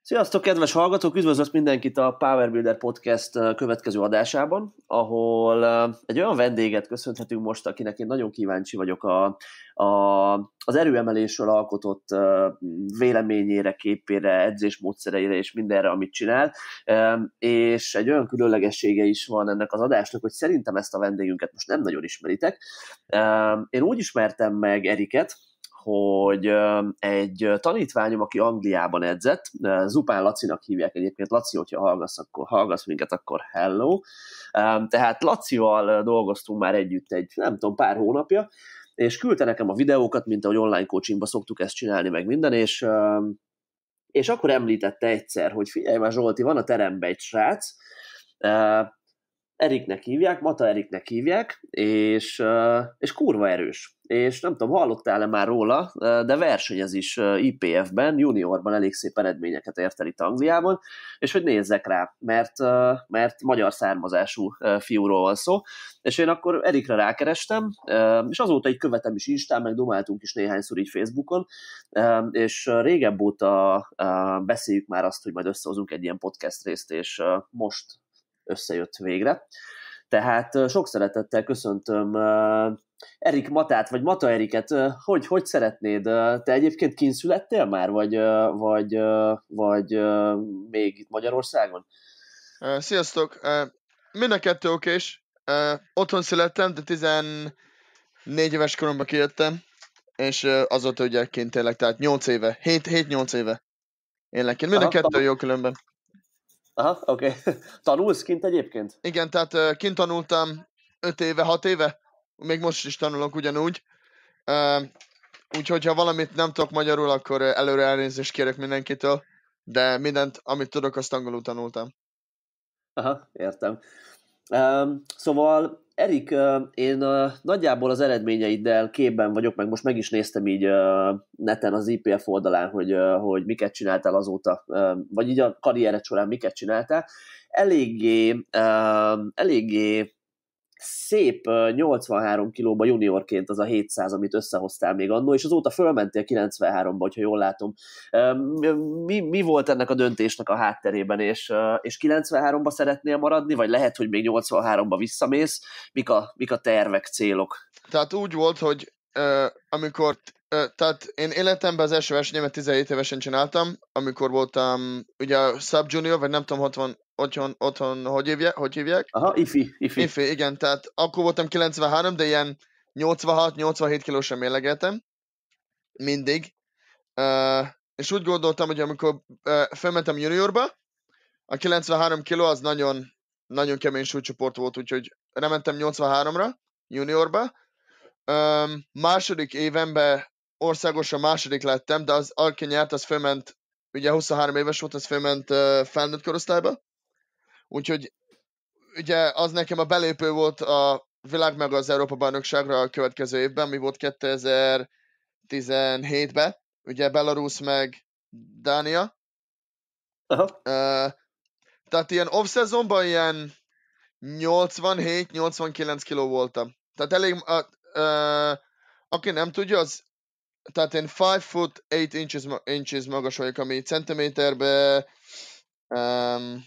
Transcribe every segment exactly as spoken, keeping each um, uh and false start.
Sziasztok, kedves hallgatók! Üdvözlök mindenkit a Power Builder Podcast következő adásában, ahol egy olyan vendéget köszönhetünk most, akinek én nagyon kíváncsi vagyok a, a, az erőemelésről alkotott véleményére, képére, edzésmódszereire és mindenre, amit csinál. És egy olyan különlegessége is van ennek az adásnak, hogy szerintem ezt a vendégünket most nem nagyon ismeritek. Én úgy ismertem meg Eriket, hogy egy tanítványom, aki Angliában edzett, Zupán Lacinak hívják egyébként. Laci, hogyha hallgatsz, akkor hallgatsz minket, akkor hello. Tehát Lacival dolgoztunk már együtt egy, nem tudom, pár hónapja, és küldte nekem a videókat, mint ahogy online coachingba szoktuk ezt csinálni, meg minden, és, és akkor említette egyszer, hogy figyelj már Zsolti, van a teremben egy srác, Eriknek hívják, Mata Eriknek hívják, és, és kurva erős. És nem tudom, hallottál-e már róla, de versenyez is I P F-ben, juniorban elég szép eredményeket ért el itt Angliában, és hogy nézzek rá, mert, mert magyar származású fiúról van szó. És én akkor Erikre rákerestem, és azóta így követem is Instán, meg domáltunk is néhányszor így Facebookon, és régebb óta beszéljük már azt, hogy majd összehozunk egy ilyen podcast részt, és most összejött végre. Tehát sok szeretettel köszöntöm Erik Matát, vagy Mata Eriket. Hogy, hogy szeretnéd? Te egyébként kint születtél már, vagy, vagy, vagy még itt Magyarországon? Sziasztok! Mind a kettő okés. Otthon születtem, de tizennégy éves koromban kijöttem, és azóta ugye kint élek, tehát nyolc éve, hét-nyolc éve élek kint. Mind a kettő jó különben. Aha, oké. Okay. Tanulsz kint egyébként? Igen, tehát uh, kint tanultam öt éve, hat éve, még most is tanulok ugyanúgy. Uh, úgyhogy ha valamit nem tudok magyarul, akkor előre elnézést kérek mindenkitől, de mindent, amit tudok, azt angolul tanultam. Aha, értem. Um, szóval, Erik, uh, én uh, nagyjából az eredményeiddel képben vagyok, meg most meg is néztem így uh, neten az I P F oldalán, hogy, uh, hogy miket csináltál azóta, uh, vagy így a karriered során miket csináltál. Eléggé, uh, eléggé szép uh, nyolcvanhárom kilóba juniorként az a hétszáz, amit összehoztál még annó, és azóta fölmentél kilencvenháromba, hogyha jól látom. Uh, mi, mi volt ennek a döntésnek a hátterében, és, uh, és kilencvenháromba szeretnél maradni, vagy lehet, hogy még nyolcvanháromba visszamész? Mik a, mik a tervek, célok? Tehát úgy volt, hogy uh, amikor, uh, tehát én életemben az első versenyemet tizenhét évesen csináltam, amikor voltam ugye subjunior, vagy nem tudom, ott van Otthon, otthon hogy, hívják, hogy hívják? Aha, ifi, ifi. Ifi, igen, tehát akkor voltam kilencvenhárom, de ilyen nyolcvanhat-nyolcvanhét kilósan mérlegeltem. Mindig. Uh, és úgy gondoltam, hogy amikor uh, felmentem juniorba, a kilencvenhárom kiló az nagyon, nagyon kemény súlycsoport volt, úgyhogy rementem nyolcvanháromra juniorba. Um, második évemben országosan második lettem, de az, aki nyert, az felment, ugye huszonhárom éves volt, az felment uh, felnőtt korosztályba. Úgyhogy ugye az nekem a belépő volt a világ meg az Európa bajnokságra a következő évben, ami volt kétezer-tizenhétben, ugye Belarus meg Dánia. Aha. Uh, tehát ilyen off-szezonban ilyen nyolcvanhét-nyolcvankilenc kiló voltam. Tehát elég, uh, uh, aki nem tudja, az tehát én five foot eight inches, inches magas vagyok, ami centiméterbe um,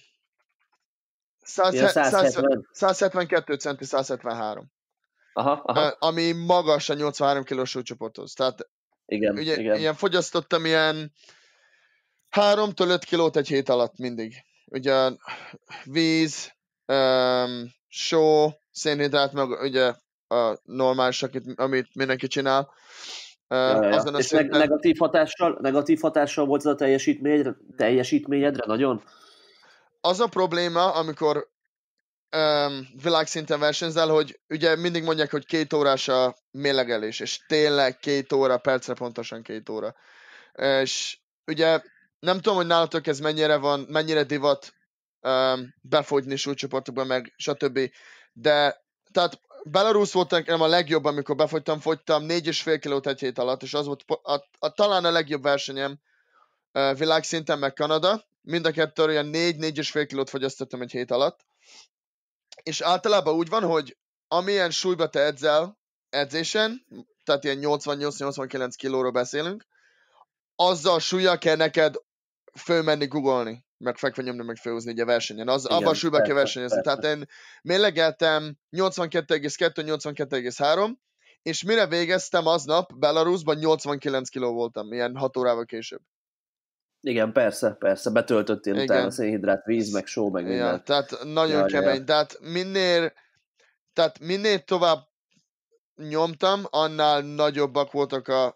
száz hetvenkettő centi, száz hetvenhárom. Aha, aha. Uh, ami magas a nyolcvanhárom kilós súlycsoporthoz. Tehát igen, ugye, igen. ilyen fogyasztottam ilyen háromtól öt kilót egy hét alatt mindig. Ugye víz, um, só, szénhidrát, meg ugye a normális, amit mindenki csinál. Uh, ja, ja, ja. Azon a és szinten... negatív hatással, negatív hatással volt ez a teljesítményedre, teljesítményedre nagyon? Az a probléma, amikor um, világszinten versenyzel, hogy ugye mindig mondják, hogy két órás a mérlegelés, és tényleg két óra, percre pontosan két óra. És ugye nem tudom, hogy nálatok ez mennyire van, mennyire divat um, befogyni súlycsoportokban, meg stb. De tehát Belarus volt nekem a legjobb, amikor befogytam, fogytam négy és fél kilót egy hét alatt, és az volt a, a, a, talán a legjobb versenyem uh, világszinten, meg Kanada. Mind a kettő olyan négy-négy és fél kilót fogyasztottam egy hét alatt. És általában úgy van, hogy amilyen súlyba te edzel edzésen, tehát ilyen nyolcvannyolc-nyolcvankilenc kilóról beszélünk, azzal súlya kell neked fölmenni googolni, meg fekve nyomni, meg fölhúzni ugye versenyen. Az, Igen, abban a súlyban kell persze, versenyezni. persze. Tehát én mérlegeltem nyolcvankettő egész kettő nyolcvankettő egész három, és mire végeztem aznap Belarusban nyolcvankilenc kiló voltam, ilyen hat órával később. Igen, persze, persze, betöltöttél Igen. utána szénhidrát, víz, meg só, meg Ja, minden. tehát nagyon Ja, ja, kemény. ja. Tehát minél, tehát minél tovább nyomtam, annál nagyobbak voltak a,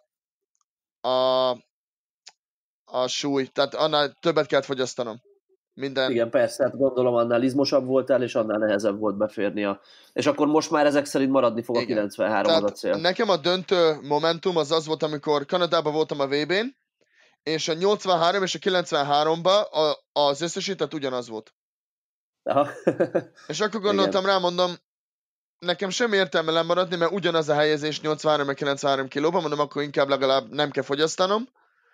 a, a súly. Tehát annál többet kellett fogyasztanom. Minden. Igen, persze, hát gondolom annál izmosabb voltál, és annál nehezebb volt beférni a... És akkor most már ezek szerint maradni fog a Igen. kilencvenhárom az a Tehát cél. nekem a döntő momentum az az volt, amikor Kanadában voltam a vé bén, és a nyolcvanhárom és a kilencvenháromban a, az összesített ugyanaz volt. Aha. És akkor gondoltam Igen. rá, mondom, nekem sem értelme lemaradni, mert ugyanaz a helyezés nyolcvanhárom és kilencvenhárom kilóban, mondom, akkor inkább legalább nem kell fogyasztanom.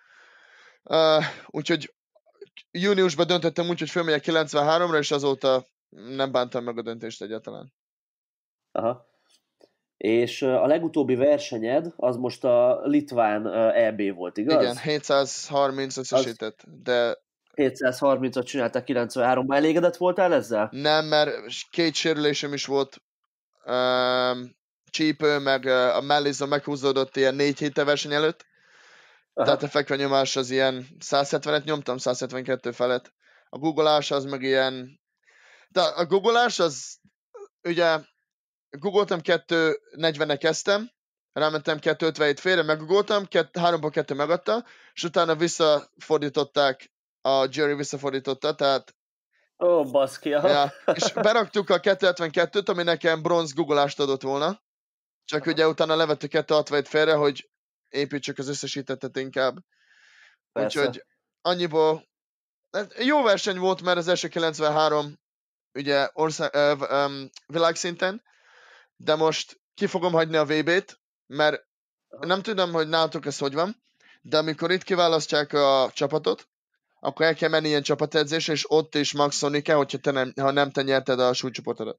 Uh, úgyhogy júniusban döntöttem úgy, hogy fölmegyek kilencvenháromra, és azóta nem bántam meg a döntést egyáltalán. Aha. És a legutóbbi versenyed, az most a litván é bé volt, igaz? Igen, hétszázharminc összesített, de... hétszázharmincot csináltak kilencvenháromban. Elégedett voltál ezzel? Nem, mert két sérülésem is volt. Um, csípő, meg uh, a mellizom meghúzódott ilyen négy héttel verseny előtt. Aha. Tehát a fekvenyomás az ilyen száz hetvenet nyomtam, száz hetvenkettő felett. A googolás az meg ilyen... De a googolás az... Ugye googoltam kettő negyvennek kezdtem, rámentem kettő ötvenhét félre, meggoogoltam, háromból kettő megadta, és utána visszafordították, a jury visszafordította, tehát... Ó, oh, baszki, ja, és beraktuk a kettő hetvenkettőt, ami nekem bronz googolást adott volna, csak aha. Ugye utána levettük kettő hatvanhét félre, hogy építsük az összesítettet inkább. Persze. Úgyhogy annyiból... Jó verseny volt, mert az első kilencvenhárom ugye ország, uh, um, világszinten, de most ki fogom hagyni a vé bét, mert nem tudom, hogy nálatok ez hogy van, de amikor itt kiválasztják a csapatot, akkor el kell menni ilyen csapatedzésre, és ott is maxolni kell, hogyha te nem, ha nem te nyerted a súlycsoportodat.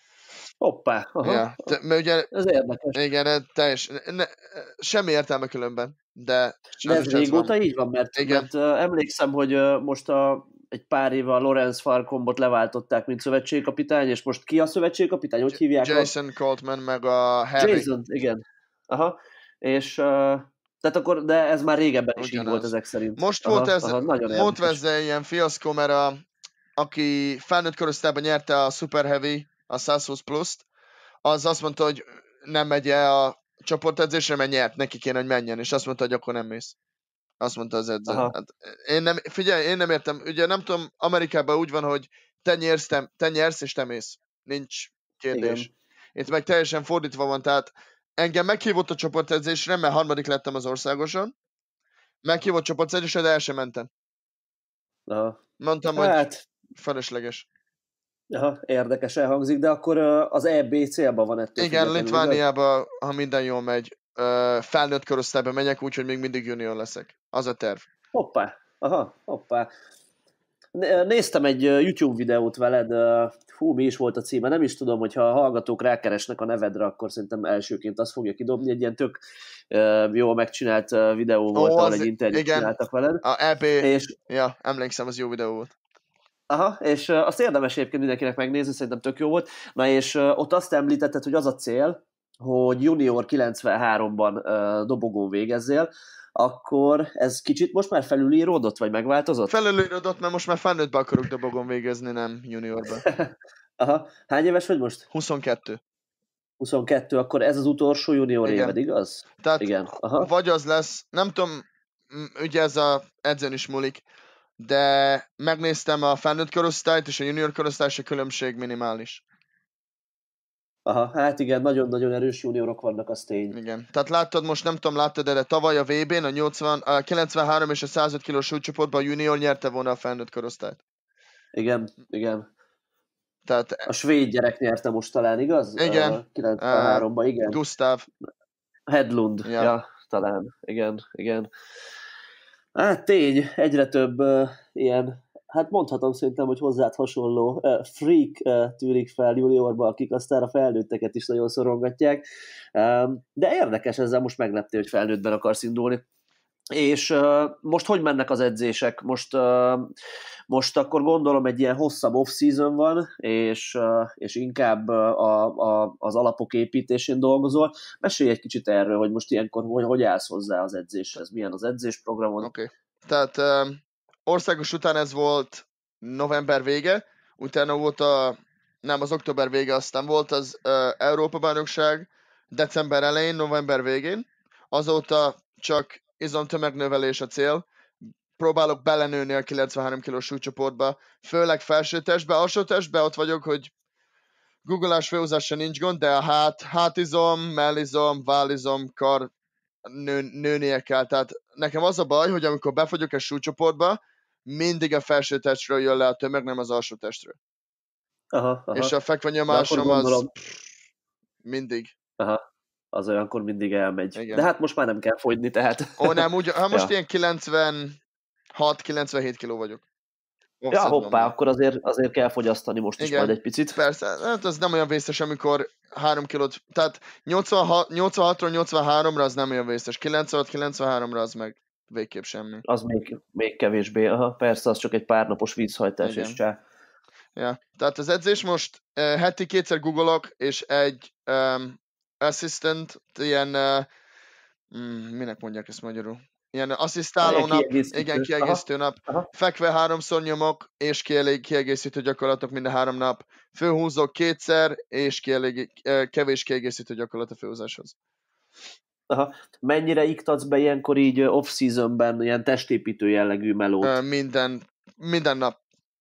Hoppá, aha. Ja, te, mert ugye, ez érdekes. Igen, teljes, ne, semmi értelme különben, de... De ez régóta van. így van, mert, igen. mert uh, emlékszem, hogy uh, most a, egy pár éve a Lorenz Farkombot leváltották, mint szövetségkapitány, és most ki a szövetségkapitány? Hogy hívják? Jason a... Coltman, meg a Harry. Jason, igen. Aha. És... Uh, tehát akkor, de ez már régebben is ugyanaz. Így volt ezek szerint. Most aha, volt ez, aha, volt ez ilyen fiaszkó, mert a, aki felnőtt korosztályban nyerte a Super Heavy, a száz húsz pluszt, az azt mondta, hogy nem megy el a csoportedzésre, mert nyert, neki kéne, hogy menjen, és azt mondta, hogy akkor nem mész. Azt mondta az edző. Hát, én nem, figyelj, én nem értem, ugye nem tudom, Amerikában úgy van, hogy te nyersz, te, te nyersz és te mész. Nincs kérdés. Igen. Itt meg teljesen fordítva van, tehát engem meghívott a csoportedzésre, mert harmadik lettem az országoson, meghívott csoportedzésre, de el sem mentem. Aha. Mondtam, hát... hogy felesleges. Aha, érdekes elhangzik, de akkor az é bé célban van ettől. Igen, Litvániában, ha minden jól megy, felnőtt korosztályban megyek, úgyhogy még mindig junior leszek. Az a terv. Hoppá, aha, hoppá. Néztem egy YouTube videót veled, hú, mi is volt a címe, nem is tudom, hogyha a hallgatók rákeresnek a nevedre, akkor szerintem elsőként azt fogja kidobni, egy ilyen tök jól megcsinált videó volt, oh, ahol egy interjút csináltak veled. A é bé, és... ja, emlékszem, az jó videó volt. Aha, és uh, azt érdemes egyébként mindenkinek megnézni, szerintem tök jó volt. Na és uh, ott azt említetted, hogy az a cél, hogy junior kilencvenháromban uh, dobogón végezzél, akkor ez kicsit most már felülíródott, vagy megváltozott? Felülíródott, mert most már felnőttbe akarok dobogón végezni, nem juniorban. Aha, hány éves vagy most? huszonkettő. huszonkettő, akkor ez az utolsó junior igen. éved, igaz? Tehát igen. Aha. Vagy az lesz, nem tudom, ugye ez a edzőn is múlik, de megnéztem a felnőtt korosztályt és a junior korosztály, és a különbség minimális. Aha, hát igen, nagyon-nagyon erős juniorok vannak, az tény. Igen, tehát láttad, most nem tudom, láttad, de tavaly a vé bén a, nyolcvan, a kilencvenhárom és a százöt kilós súlycsoportban a junior nyerte volna a felnőtt korosztályt. Igen, igen. Tehát... A svéd gyerek nyerte most talán, igaz? Igen. A kilencvenháromban, igen. Gustav. Hedlund, ja. ja, talán, igen, igen. Hát tény, egyre több uh, ilyen, hát mondhatom szerintem, hogy hozzád hasonló uh, freak uh, tűnik fel juniorba, akik aztán a felnőtteket is nagyon szorongatják. Um, de érdekes, ezzel most megleptél, hogy felnőttben akarsz indulni. És uh, most hogy mennek az edzések? Most, uh, most akkor gondolom egy ilyen hosszabb off-season van, és, uh, és inkább a, a, az alapok építésén dolgozol. Mesélj egy kicsit erről, hogy most ilyenkor hogy, hogy állsz hozzá az edzéshez, milyen az edzésprogramod? Oké. Okay. Tehát um, országos után ez volt november vége, utána volt a, nem az október vége, aztán volt az uh, Európa-bajnokság december elején, november végén. Azóta csak izomtömegnövelés a cél. Próbálok belenőni a kilencvenhárom kilós súlycsoportba, főleg felső testbe, alsó testbe, ott vagyok, hogy googolás, főhúzásra nincs gond, de a hát, hátizom, mellizom, válizom, kar nő, nőnie kell. Tehát nekem az a baj, hogy amikor befogyok egy súlycsoportba, mindig a felső testről jön le a tömeg, nem az alsó testről. Aha, aha. És a fekvenyomásom gondolom... az mindig. Aha. Az olyankor mindig elmegy. Igen. De hát most már nem kell fogyni, tehát... Ó, nem, úgy, hát most ja. ilyen kilencvenhat kilencvenhét kiló vagyok. Ja, hoppá, akkor azért, azért kell fogyasztani most is. Igen, majd egy picit. Persze, hát az nem olyan vészes, amikor három kilót, tehát nyolcvanhat, nyolcvanhatról nyolcvanháromra az nem olyan vészes, kilencvenhat kilencvenháromra az meg végképp semmi. Az még, még kevésbé, aha, persze, az csak egy pár napos vízhajtás. Igen. És csá. Ja, tehát az edzés most uh, heti kétszer googolok, és egy um, assistant, ilyen, uh, mm, minek mondják ezt magyarul? Ilyen asszisztáló nap, kiegészítő. Igen, kiegészítő aha, nap. Aha. Fekve háromszor nyomok, és kielég, kiegészítő gyakorlatok minden három nap. Főhúzok kétszer, és kielég, kevés kiegészítő gyakorlat a főhúzáshoz. Aha. Mennyire iktatsz be ilyenkor így off-seasonben ilyen testépítő jellegű melót? Uh, minden, minden nap.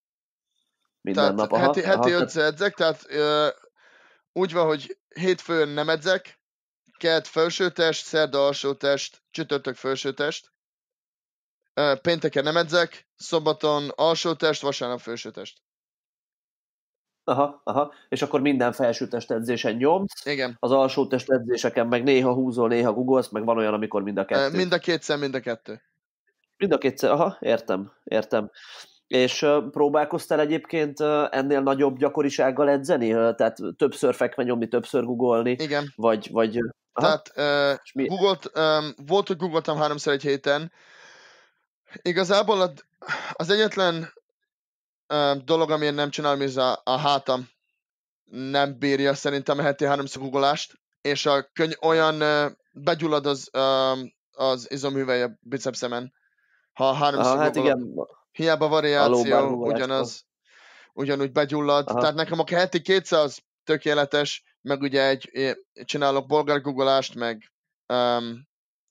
Minden tehát nap, aha. Heti, heti aha, ötször edzek, tehát uh, úgy van, hogy hétfőn nem edzek, kedd felsőtest, szerda alsótest, csütörtök felsőtest, uh, pénteken nem edzek, szombaton alsótest, vasárnap felsőtest. Aha, aha, és akkor minden felsőtest edzésen nyomsz. Igen. Az alsótest edzéseken meg néha húzol, néha googolsz, meg van olyan, amikor mind a kettő. Uh, mind a kétszer, mind a kettő. Mind a kétszer, aha, értem, értem. És uh, próbálkoztál egyébként uh, ennél nagyobb gyakorisággal edzeni? Uh, tehát többször fekve nyomni, többször googolni? Igen. Vagy, vagy, aha. Tehát uh, googolt, um, volt, hogy googoltam háromszor egy héten. Igazából az egyetlen uh, dolog, amiért nem csinálom, ez a, a hátam nem bírja szerintem a heti háromszor googolást, és a könny- olyan uh, begyullad az, uh, az izomhüvely a bicepszemen, ha háromszor aha, hát igen. Hiába variáció, ugyanaz, ugyanúgy begyullad. Aha. Tehát nekem a heti kétszer az tökéletes, meg ugye egy, csinálok bolgár guggolást, meg um,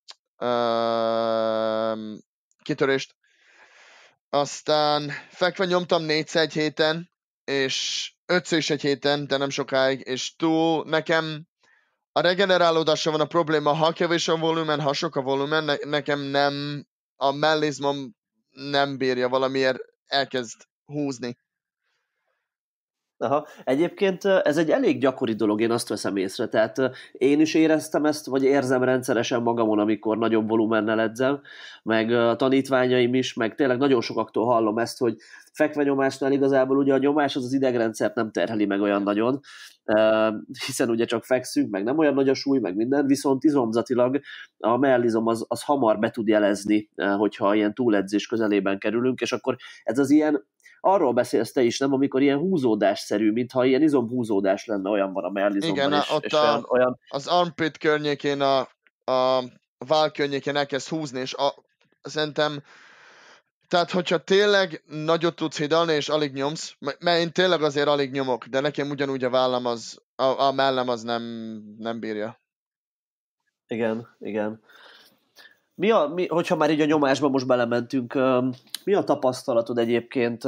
um, kitörést. Aztán fekve nyomtam négyszer egy héten, és ötször is egy héten, de nem sokáig, és túl nekem a regenerálódással van a probléma, ha kevés a volumen, ha sok a volumen, ne, nekem nem, a mellizmom nem bírja, valamiért elkezd húzni. Aha. Egyébként ez egy elég gyakori dolog, én azt veszem észre. Tehát én is éreztem ezt, vagy érzem rendszeresen magamon, amikor nagyobb volumennel edzem, meg a tanítványaim is, meg tényleg nagyon sokaktól hallom ezt, hogy fekvenyomásnál igazából ugye a nyomás az az idegrendszert nem terheli meg olyan nagyon, hiszen ugye csak fekszünk, meg nem olyan nagy a súly, meg minden, viszont izomzatilag a mellizom az, az hamar be tud jelezni, hogyha ilyen túledzés közelében kerülünk, és akkor ez az ilyen, arról beszélsz te is, nem? Amikor ilyen húzódásszerű, mintha ilyen izomhúzódás lenne, olyan van a mellizomban. Igen, és, ott és a, olyan, olyan... az armpit környékén, a, a váll környékén elkezd húzni, és a, szerintem, tehát hogyha tényleg nagyot tudsz hidalni, és alig nyomsz, mert én tényleg azért alig nyomok, de nekem ugyanúgy a vállam az, a, a mellem az nem, nem bírja. Igen, igen. Mi a, mi, hogyha már így a nyomásba most belementünk, mi a tapasztalatod egyébként?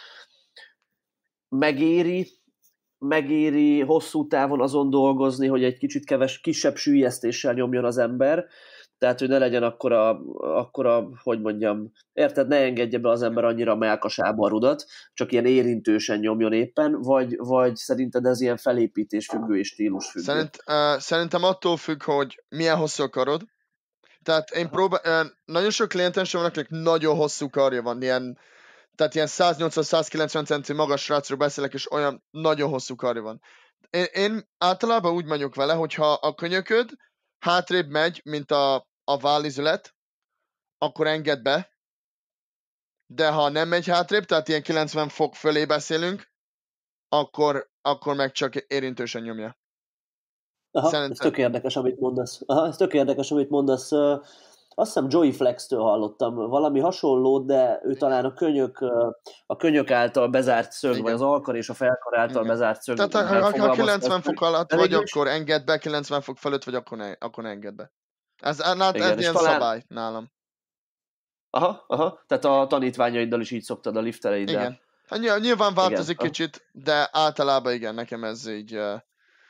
Megéri, megéri hosszú távon azon dolgozni, hogy egy kicsit keves, kisebb süllyesztéssel nyomjon az ember, tehát, hogy ne legyen akkora, akkora, hogy mondjam, érted, ne engedje be az ember annyira a mellkasába a rudat, csak ilyen érintősen nyomjon éppen, vagy, vagy szerinted ez ilyen felépítés függő és stílus függő? Szerint, uh, szerintem attól függ, hogy milyen hosszú a karod. Tehát én próbál, uh, nagyon sok klienten sem vannak, akik nagyon hosszú karja van, ilyen, tehát ilyen száznyolcvan-százkilencven centi magas srácról beszélek, és olyan nagyon hosszú karja van. Én, én általában úgy megyek vele, hogyha a könyököd hátrébb megy, mint a, a vállizület, akkor engedd be, de ha nem megy hátrébb, tehát ilyen kilencven fok fölé beszélünk, akkor, akkor meg csak érintősen nyomja. Aha, Szerintem. ez tök érdekes, amit mondasz. Aha, ez tök érdekes, amit mondasz. Ö, Azt hiszem Joey Flex-től hallottam valami hasonlót, de ő talán a könyök, ö, a könyök által bezárt szög, Igen. vagy az alkar és a felkar által Igen. bezárt szög. Tehát ha, ha, ha kilencven fok alatt vagy, akkor engedd be, kilencven fok fölött vagy, akkor ne, akkor ne engedd be. Ez, ez, ez Igen, és ilyen talán- szabály nálam. Aha, aha, tehát a tanítványaiddal is így szoktad, a liftereiddel. Igen. Hát nyilván, nyilván változik Igen. kicsit, de általában igen, nekem ez így... Uh,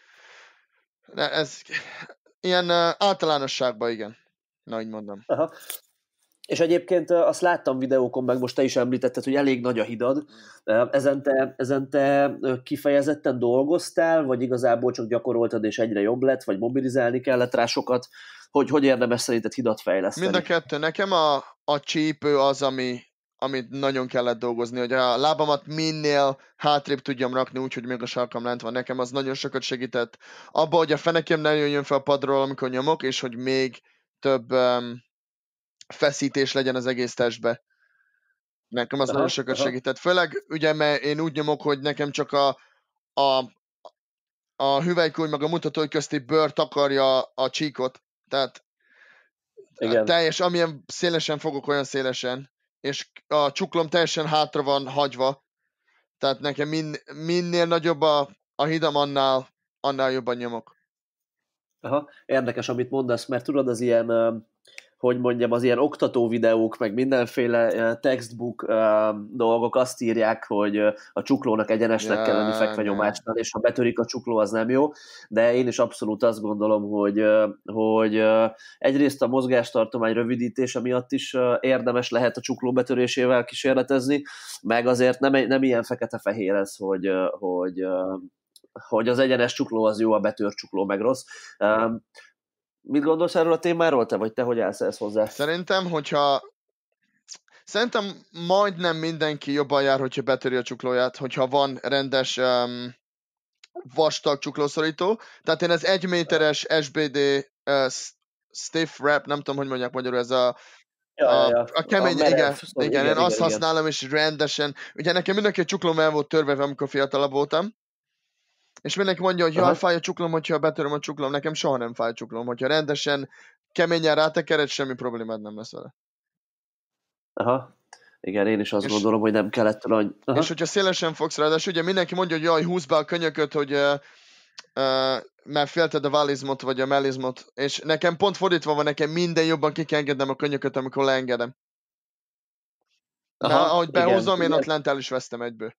ez ilyen uh, általánosságban igen. Na, így mondom. Aha. És egyébként ö, azt láttam videókon, meg most te is említetted, hogy elég nagy a hidad. Ö, Ezen te, ezen te ö, kifejezetten dolgoztál, vagy igazából csak gyakoroltad, és egyre jobb lett, vagy mobilizálni kellett rá sokat? Hogy, hogy érdemes szerinted hidat fejleszteni? Mind a kettő. Nekem a, a csípő az, ami, amit nagyon kellett dolgozni, hogy a lábamat minél hátrébb tudjam rakni, úgyhogy még a sarkam lent van. Nekem az nagyon sokat segített abba, hogy a fenekem ne jöjjön fel a padról, amikor nyomok, és hogy még több um, feszítés legyen az egész testbe. Nekem az Aha, nagyon sokat aha. segített. Főleg, ugye, mert én úgy nyomok, hogy nekem csak a, a, a hüvelykúj meg a mutatói közti bőr takarja a csíkot. Tehát Igen. teljes, amilyen szélesen fogok, olyan szélesen. És a csuklom teljesen hátra van hagyva. Tehát nekem min, minél nagyobb a, a hidam, annál, annál jobban nyomok. Aha, érdekes, amit mondasz, mert tudod, az ilyen, ö, hogy mondjam, az ilyen oktató videók, meg mindenféle ö, textbook ö, dolgok azt írják, hogy ö, a csuklónak egyenesnek Ja, kell lenni fekvenyomásnál, és ha betörik a csukló, az nem jó, de én is abszolút azt gondolom, hogy, ö, hogy ö, egyrészt a mozgástartomány rövidítése miatt is ö, érdemes lehet a csukló betörésével kísérletezni, meg azért nem, nem ilyen fekete-fehér ez, hogy, ö, hogy ö, hogy az egyenes csukló az jó, a betört csukló meg rossz. Um, mit gondolsz erről a témáról, te, vagy te hogy állsz ezt hozzá? Szerintem, hogyha Szerintem majdnem mindenki jobban jár, hogyha betöri a csuklóját, hogyha van rendes um, vastag csuklószorító. Tehát én az egy méteres es bé dé uh, stiff wrap, nem tudom, hogy mondják magyarul, ez a Ja, A, ja, ja. a kemény, A merev, igen, szóval igen, igen, én azt igen, használom, és rendesen. Ugye nekem mindenki a csuklóm el volt törve, amikor fiatalabb voltam. És mindenki mondja, hogy jaj, Aha. fáj a csuklóm, hogyha betöröm a csuklóm. Nekem soha nem fáj a csuklóm. Hogyha rendesen, keményen rátekered, semmi problémád nem lesz vele. Aha. Igen, én is azt És- gondolom, hogy nem kellett talán. Aha. És hogyha szélesen fogsz rá, de ugye mindenki mondja, hogy jaj, húzd be a könyököt, hogy uh, uh, mert félted a válizmot, vagy a mellizmot. És nekem pont fordítva van, nekem minden jobban ki kell engednem a könyököt, amikor leengedem. Mert Aha, ahogy igen, behúzom, én igen. ott lent el is vesztem egyből.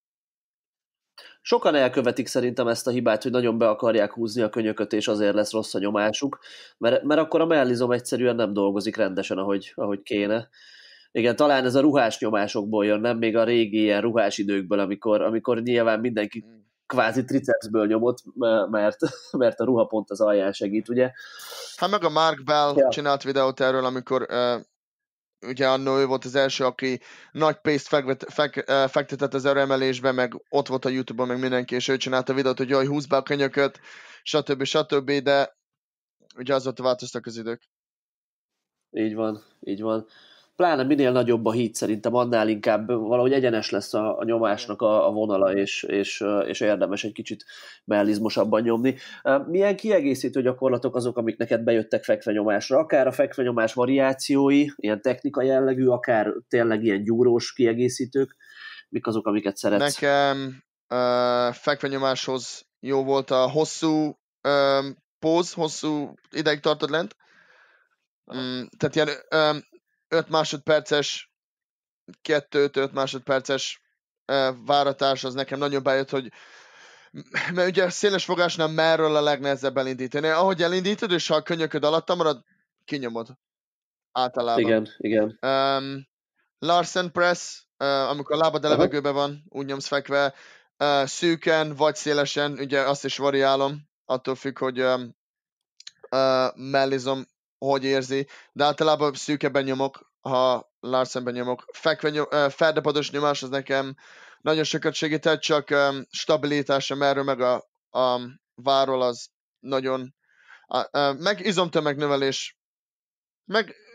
Sokan elkövetik szerintem ezt a hibát, hogy nagyon be akarják húzni a könyököt, és azért lesz rossz a nyomásuk, mert, mert akkor a mellizom egyszerűen nem dolgozik rendesen, ahogy, ahogy kéne. Igen, talán ez a ruhás nyomásokból jön, nem még a régi ilyen ruhás időkből, amikor, amikor nyilván mindenki kvázi tricepsből nyomott, mert, mert a ruha pont az alján segít, ugye? Hát meg a Mark Bell Ja. csinált videót erről, amikor uh, ugye annó ő volt az első, aki nagy pénzt fekvet, fek, uh, fektetett az erőemelésbe, meg ott volt a YouTube-on, meg mindenki, és ő csinálta a videót, hogy jaj, húzd be a könyököt, stb. stb. De ugye azóta változtak az idők. Így van, így van. Pláne minél nagyobb a híd, szerintem annál inkább valahogy egyenes lesz a, a nyomásnak a, a vonala, és, és, és érdemes egy kicsit mellizmosabban nyomni. Milyen kiegészítő gyakorlatok azok, amik neked bejöttek fekvenyomásra? Akár a fekvenyomás variációi, ilyen technika jellegű, akár tényleg ilyen gyúrós kiegészítők? Mik azok, amiket szeretsz? Nekem uh, fekvenyomáshoz jó volt a hosszú um, póz, hosszú ideig tartod lent. Mm, tehát ilyen um, öt másodperces, kettő-öt másodperces uh, váratás, az nekem nagyon bejött, hogy mert ugye széles fogásnál merről a legnehezebb elindítani. Ahogy elindítod, és ha a könyököd alatta marad, kinyomod. Általában. Igen, igen. Um, Larsen press, uh, amikor a lábad a Aha. levegőben van, úgy nyomsz fekve, uh, szűken vagy szélesen, ugye azt is variálom, attól függ, hogy um, uh, mellizom hogy érzi, de általában szűkebben nyomok, ha Larsenben nyomok. Fekve nyom, uh, feldepados nyomás, az nekem nagyon sokat segített, csak um, stabilitása merről meg a, a váról az nagyon uh, uh, meg izomtömegnövelés, meg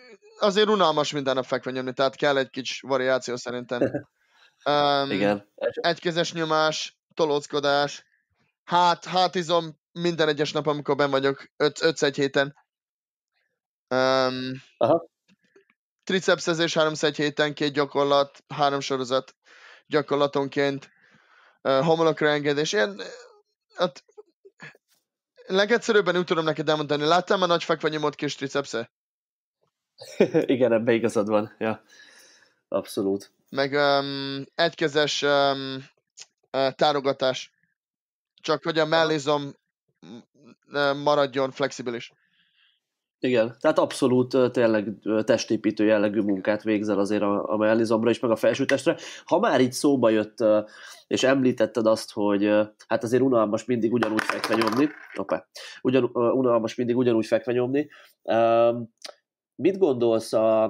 azért unalmas minden nap fekve nyomni, tehát kell egy kis variáció szerintem. Um, Igen. Egykezes nyomás, tolóckodás, hát, hátizom minden egyes nap, amikor benn vagyok, öt, ötsz egy héten. Um, Aha. tricepszezés háromszor egy héten, két gyakorlat, három sorozat gyakorlatonként, uh, homlokra engedés. Ilyen, hát, legegyszerűbben úgy tudom neked elmondani, láttál már nagy fekve nyomott kis tricepsze? Igen, ebbe igazad van. Ja. Abszolút. Meg um, egykezes um, uh, tárogatás. Csak hogy a mellézom maradjon flexibilis. Igen, tehát abszolút tényleg testépítő jellegű munkát végzel azért a, a mellizomra is, meg a felsőtestre. Ha már így szóba jött, és említetted azt, hogy hát azért unalmas mindig ugyanúgy fekve nyomni, opa, ugyan, unalmas mindig ugyanúgy fekve nyomni. Mit gondolsz a,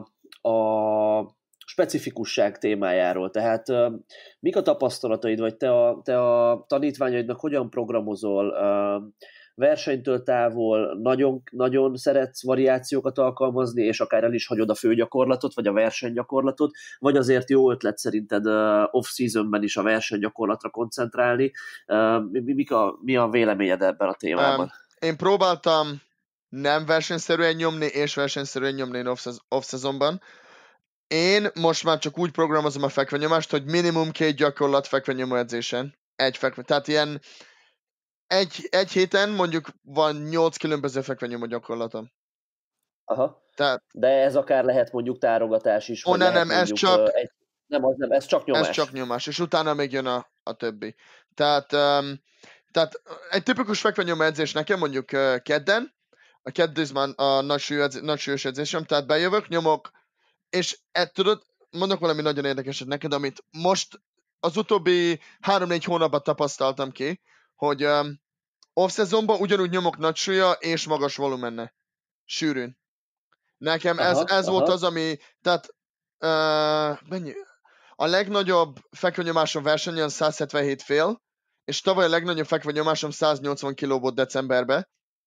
a specifikusság témájáról? Tehát mik a tapasztalataid, vagy te a, te a tanítványaidnak hogyan programozol, versenytől távol, nagyon, nagyon szeretsz variációkat alkalmazni, és akár el is hagyod a főgyakorlatot, vagy a versenygyakorlatot, vagy azért jó ötlet szerinted off-seasonben is a versenygyakorlatra koncentrálni? Mi, mi, a, mi a véleményed ebben a témában? Um, én próbáltam nem versenyszerűen nyomni, és versenyszerűen nyomni off-seasonban. Én most már csak úgy programozom a fekvenyomást, hogy minimum két gyakorlat fekvenyomó edzésen. Egy fekve, tehát ilyen Egy, egy héten mondjuk van nyolc különböző fekvenyomó gyakorlatom. Aha. Tehát, de ez akár lehet mondjuk tárogatás is. Ó, nem, nem, ez csak... Egy, nem, az nem, ez csak nyomás. Ez csak nyomás, és utána még jön a, a többi. Tehát, um, tehát egy tipikus fekvenyomó edzés nekem mondjuk uh, kedden, a keddőzben a nagysúlyos edzésem, tehát bejövök, nyomok, és e, tudod, mondok valami nagyon érdekeset neked, amit most az utóbbi három-négy hónapban tapasztaltam ki, hogy um, off-szezonban ugyanúgy nyomok nagy súlya és magas volumenne. Sűrűn. Nekem aha, ez, ez volt az, ami, tehát uh, mennyi? A legnagyobb fekvenyomásom versenyen száz hetvenhét fél, és tavaly a legnagyobb fekvenyomásom száz nyolcvan kiló volt decemberben,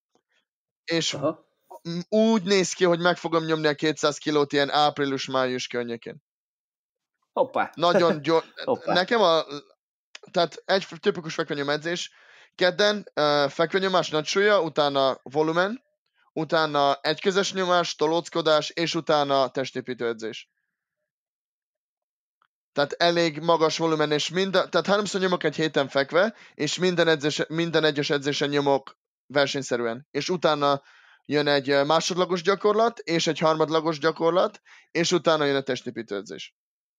és aha. úgy néz ki, hogy meg fogom nyomni a kétszáz kilót ilyen április-május környékén. Hoppá. Nagyon gyors. Nekem a, tehát egy tipikus fekvenyom edzés, kedden uh, fekvenyomás nagy súlya, utána volumen, utána egykezes nyomás, tolóckodás, és utána testépítő edzés. Tehát elég magas volumen, és minden, tehát háromszor nyomok egy héten fekve, és minden, edzés, minden egyes edzésen nyomok versenyszerűen. És utána jön egy másodlagos gyakorlat, és egy harmadlagos gyakorlat, és utána jön a testépítő edzés.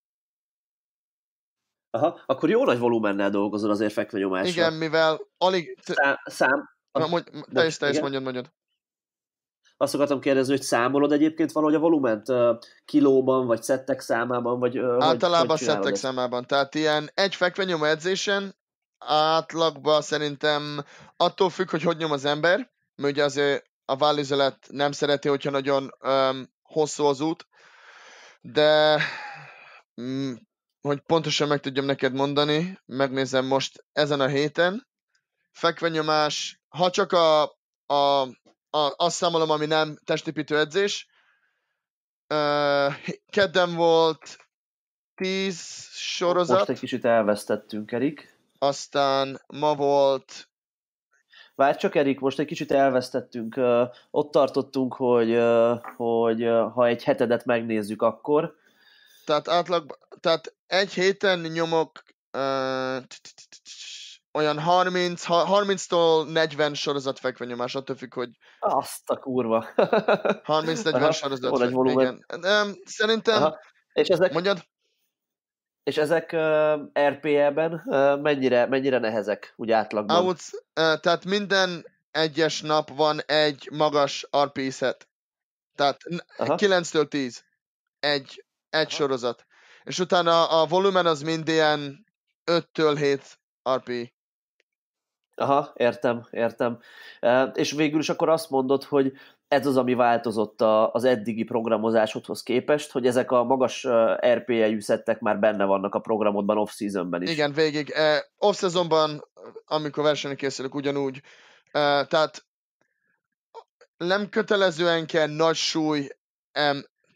Aha, akkor jó nagy volumennel dolgozol azért fekvenyomásra. Igen, mivel alig... Szám... szám... Na, mondj, te is, te is mondjad, mondjad. Azt akartam kérdezni, hogy számolod egyébként valahogy a volument kilóban, vagy szettek számában, vagy... Általában hogy szettek ezt? Számában. Tehát ilyen egy fekvenyomó edzésen átlagban szerintem attól függ, hogy hogy nyom az ember, mert ugye azért a vállizölet nem szereti, hogyha nagyon um, hosszú az út, de mm, hogy pontosan meg tudjam neked mondani, megnézem most ezen a héten, fekvenyomás, ha csak a, a, a, azt számolom, ami nem testépítő edzés, uh, kedden volt tíz sorozat. Most egy kicsit elvesztettünk, Erik. Aztán ma volt... Várj csak, Erik, most egy kicsit elvesztettünk. Uh, ott tartottunk, hogy, uh, hogy uh, ha egy hetedet megnézzük, akkor... Tehát átlag... Tehát egy héten nyomok uh, olyan harminc, harminctól negyven sorozat fekvenyomás, attól függ, hogy... Azt a kurva. harminc-negyven sorozat. Igen. Um, szerintem... Aha. És ezek... Mondjad? És ezek uh, er pé é-ben uh, mennyire, mennyire nehezek, úgy átlagban? Would, uh, tehát minden egyes nap van egy magas er pé set. Tehát aha. kilenctől tíz. Egy, egy sorozat. És utána a volumen az mind ilyen öttől hét er pé. Aha, értem, értem. Uh, és végül is akkor azt mondod, hogy ez az, ami változott a, az eddigi programozásodhoz képest, hogy ezek a magas er pé é-jű szettek már benne vannak a programodban off-seasonben is. Igen, végig. Uh, off-seasonban, amikor versenyre készülök, ugyanúgy. Uh, tehát nem kötelezően kell nagy súly, um,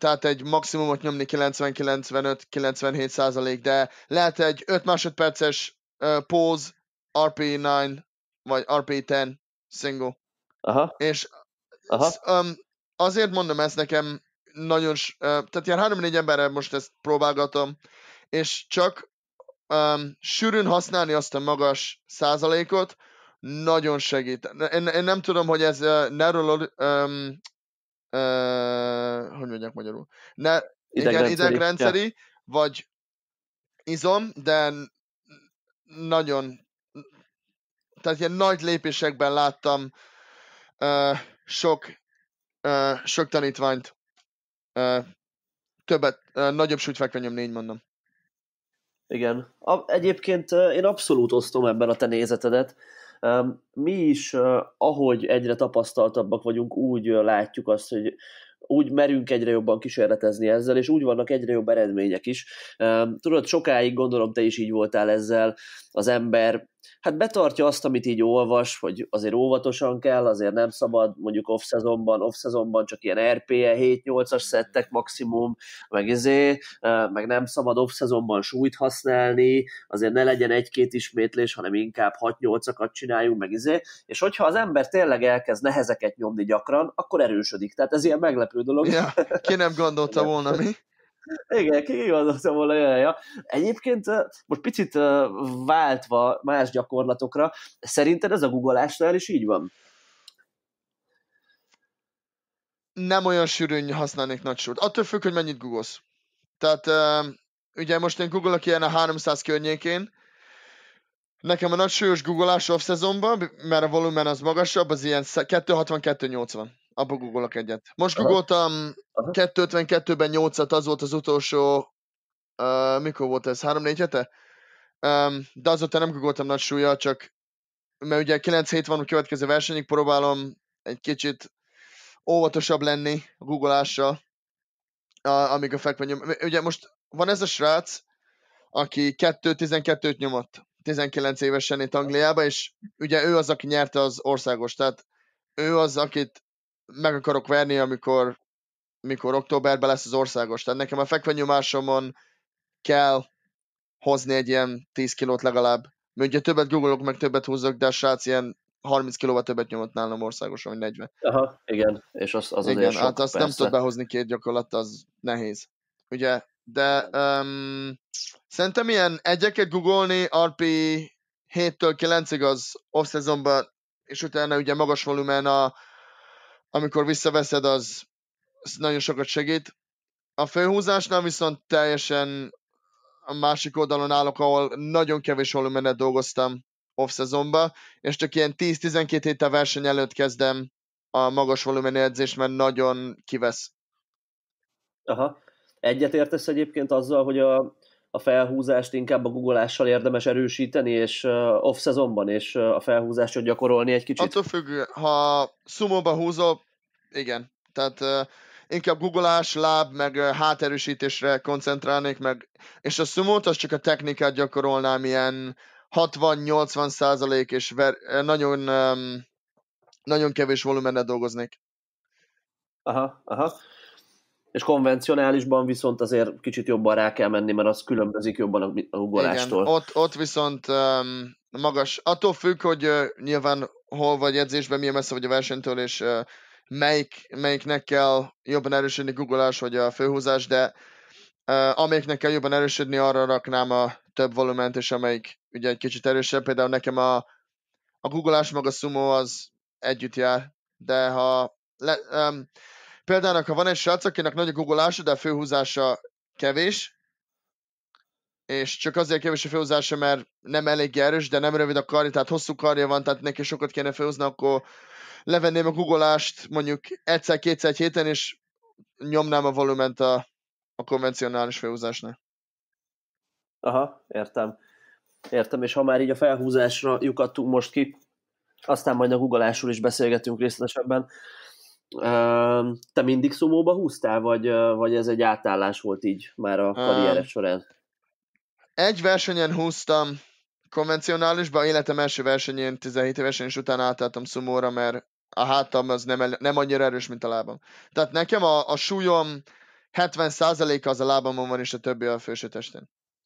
tehát egy maximumot nyomni kilencven-kilencvenöt-kilencvenhét százalék, de lehet egy öt másodperces uh, pause, er pé kilenc, vagy er pé tíz single. Aha. És Aha. Um, azért mondom ezt nekem nagyon, uh, tehát ilyen három-négy emberrel most ezt próbálgatom, és csak um, sűrűn használni azt a magas százalékot nagyon segít. Én, én nem tudom, hogy ez uh, neurolog... Um, uh, hogy mondják magyarul? Ne, igen, idegrendszeri, ja. Vagy izom, de nagyon, tehát ilyen nagy lépésekben láttam uh, sok uh, sok tanítványt uh, többet, uh, nagyobb súlyfekvenyom, négy mondom. Igen. A, egyébként uh, én abszolút osztom ebben a te nézetedet. Um, mi is, uh, ahogy egyre tapasztaltabbak vagyunk, úgy uh, látjuk azt, hogy úgy merünk egyre jobban kísérletezni ezzel, és úgy vannak egyre jobb eredmények is. Um, tudod, sokáig gondolom te is így voltál ezzel, az ember hát betartja azt, amit így olvas, hogy azért óvatosan kell, azért nem szabad, mondjuk off-szezonban, off-szezonban csak ilyen er pé e hét-nyolcas szettek maximum, meg izé, meg nem szabad off-szezonban súlyt használni, azért ne legyen egy-két ismétlés, hanem inkább hat-nyolcakat csináljunk, meg izé, és hogyha az ember tényleg elkezd nehezeket nyomni gyakran, akkor erősödik. Tehát ez ilyen meglepő dolog. Ja, ki nem gondolta volna, mi? Igen, ki gondoltam volna, ja, ja. Egyébként most picit váltva más gyakorlatokra, szerinted ez a googolásnál is így van? Nem olyan sűrűn használnék nagy súlyt. Attól függ, hogy mennyit googolsz. Tehát ugye most én googolok ilyen a háromszáz környékén, nekem a nagy súlyos googolás off-szezonban, mert a volumen az magasabb, az ilyen kettőszázhatvan nyolcvan. Abba googolok egyet. Most Aha. googoltam kettőszázötvenkettőben nyolcat, az volt az utolsó, uh, mikor volt ez, három-négy hete? Um, de azóta nem googoltam nagy súlya, csak mert ugye kilenc hét van a következő versenyig, próbálom egy kicsit óvatosabb lenni a googolással, uh, amíg a fekvenyom. Ugye most van ez a srác, aki kettő tizenkettőt nyomott tizenkilenc évesen itt Angliába, és ugye ő az, aki nyerte az országos, tehát ő az, akit meg akarok verni, amikor, amikor októberben lesz az országos. Tehát nekem a fekvenyomásomon kell hozni egy ilyen tíz kilót legalább. Mert ugye többet googolok, meg többet húzok, de a srác ilyen harminc kilóval többet nyomott nálam országosan, vagy negyven. Aha, igen, és az, az igen, azért sok, hát azt persze. nem tud behozni két gyakorlat, az nehéz. Ugye, de um, szerintem ilyen egyeket googolni er pé héttől kilencig az off-szezonban, és utána ugye magas volumen, a, amikor visszaveszed, az, az nagyon sokat segít. A főhúzásnál viszont teljesen a másik oldalon állok, ahol nagyon kevés volumenet dolgoztam off-szezonban, és csak ilyen tíz-tizenkét héttel verseny előtt kezdem a magas volumen edzést, mert nagyon kivesz. Aha. Egyet értesz egyébként azzal, hogy a, a felhúzást inkább a googolással érdemes erősíteni, és uh, off-szezonban, és uh, a felhúzást gyakorolni egy kicsit? Attól függ, ha szumóba húzol, igen. Tehát uh, inkább googolás, láb, meg uh, háterősítésre koncentrálnék, meg, és a szumót, az csak a technikát gyakorolnám, ilyen hatvan-nyolcvan százalék, és ver, nagyon, um, nagyon kevés volumenet dolgoznék. Aha, aha. És konvencionálisban viszont azért kicsit jobban rá kell menni, mert az különbözik jobban a googleástól. Igen, ott, ott viszont um, magas. Attól függ, hogy uh, nyilván hol vagy edzésben, milyen messze vagy a versenytől, és uh, melyik, melyiknek kell jobban erősödni, googolás vagy a főhúzás, de uh, amelyiknek kell jobban erősödni, arra raknám a több volument, és amelyik ugye egy kicsit erősebb. Például nekem a, a googolás meg a sumo az együtt jár, de ha le, um, például, ha van egy srác, akinek nagy a googolása, de a főhúzása kevés, és csak azért kevés a főhúzása, mert nem elég erős, de nem rövid a karja, tehát hosszú karja van, tehát neki sokat kéne főhúzni, akkor levenném a googolást mondjuk egyszer-kétszer egy héten, és nyomnám a volument a, a konvencionális főhúzásnál. Aha, értem. Értem, és ha már így a felhúzásra lyukadtunk most ki, aztán majd a googolásról is beszélgetünk részletesebben. Te mindig szumóba húztál, vagy, vagy ez egy átállás volt így már a karriered során? Egy versenyen húztam konvencionálisba, életem első versenyén, tizenhét évesen, és utána átálltam szumóra, mert a hátam az nem, el, nem annyira erős, mint a lábam. Tehát nekem a, a súlyom hetven százaléka az a lábamon van, és a többi a felső testen.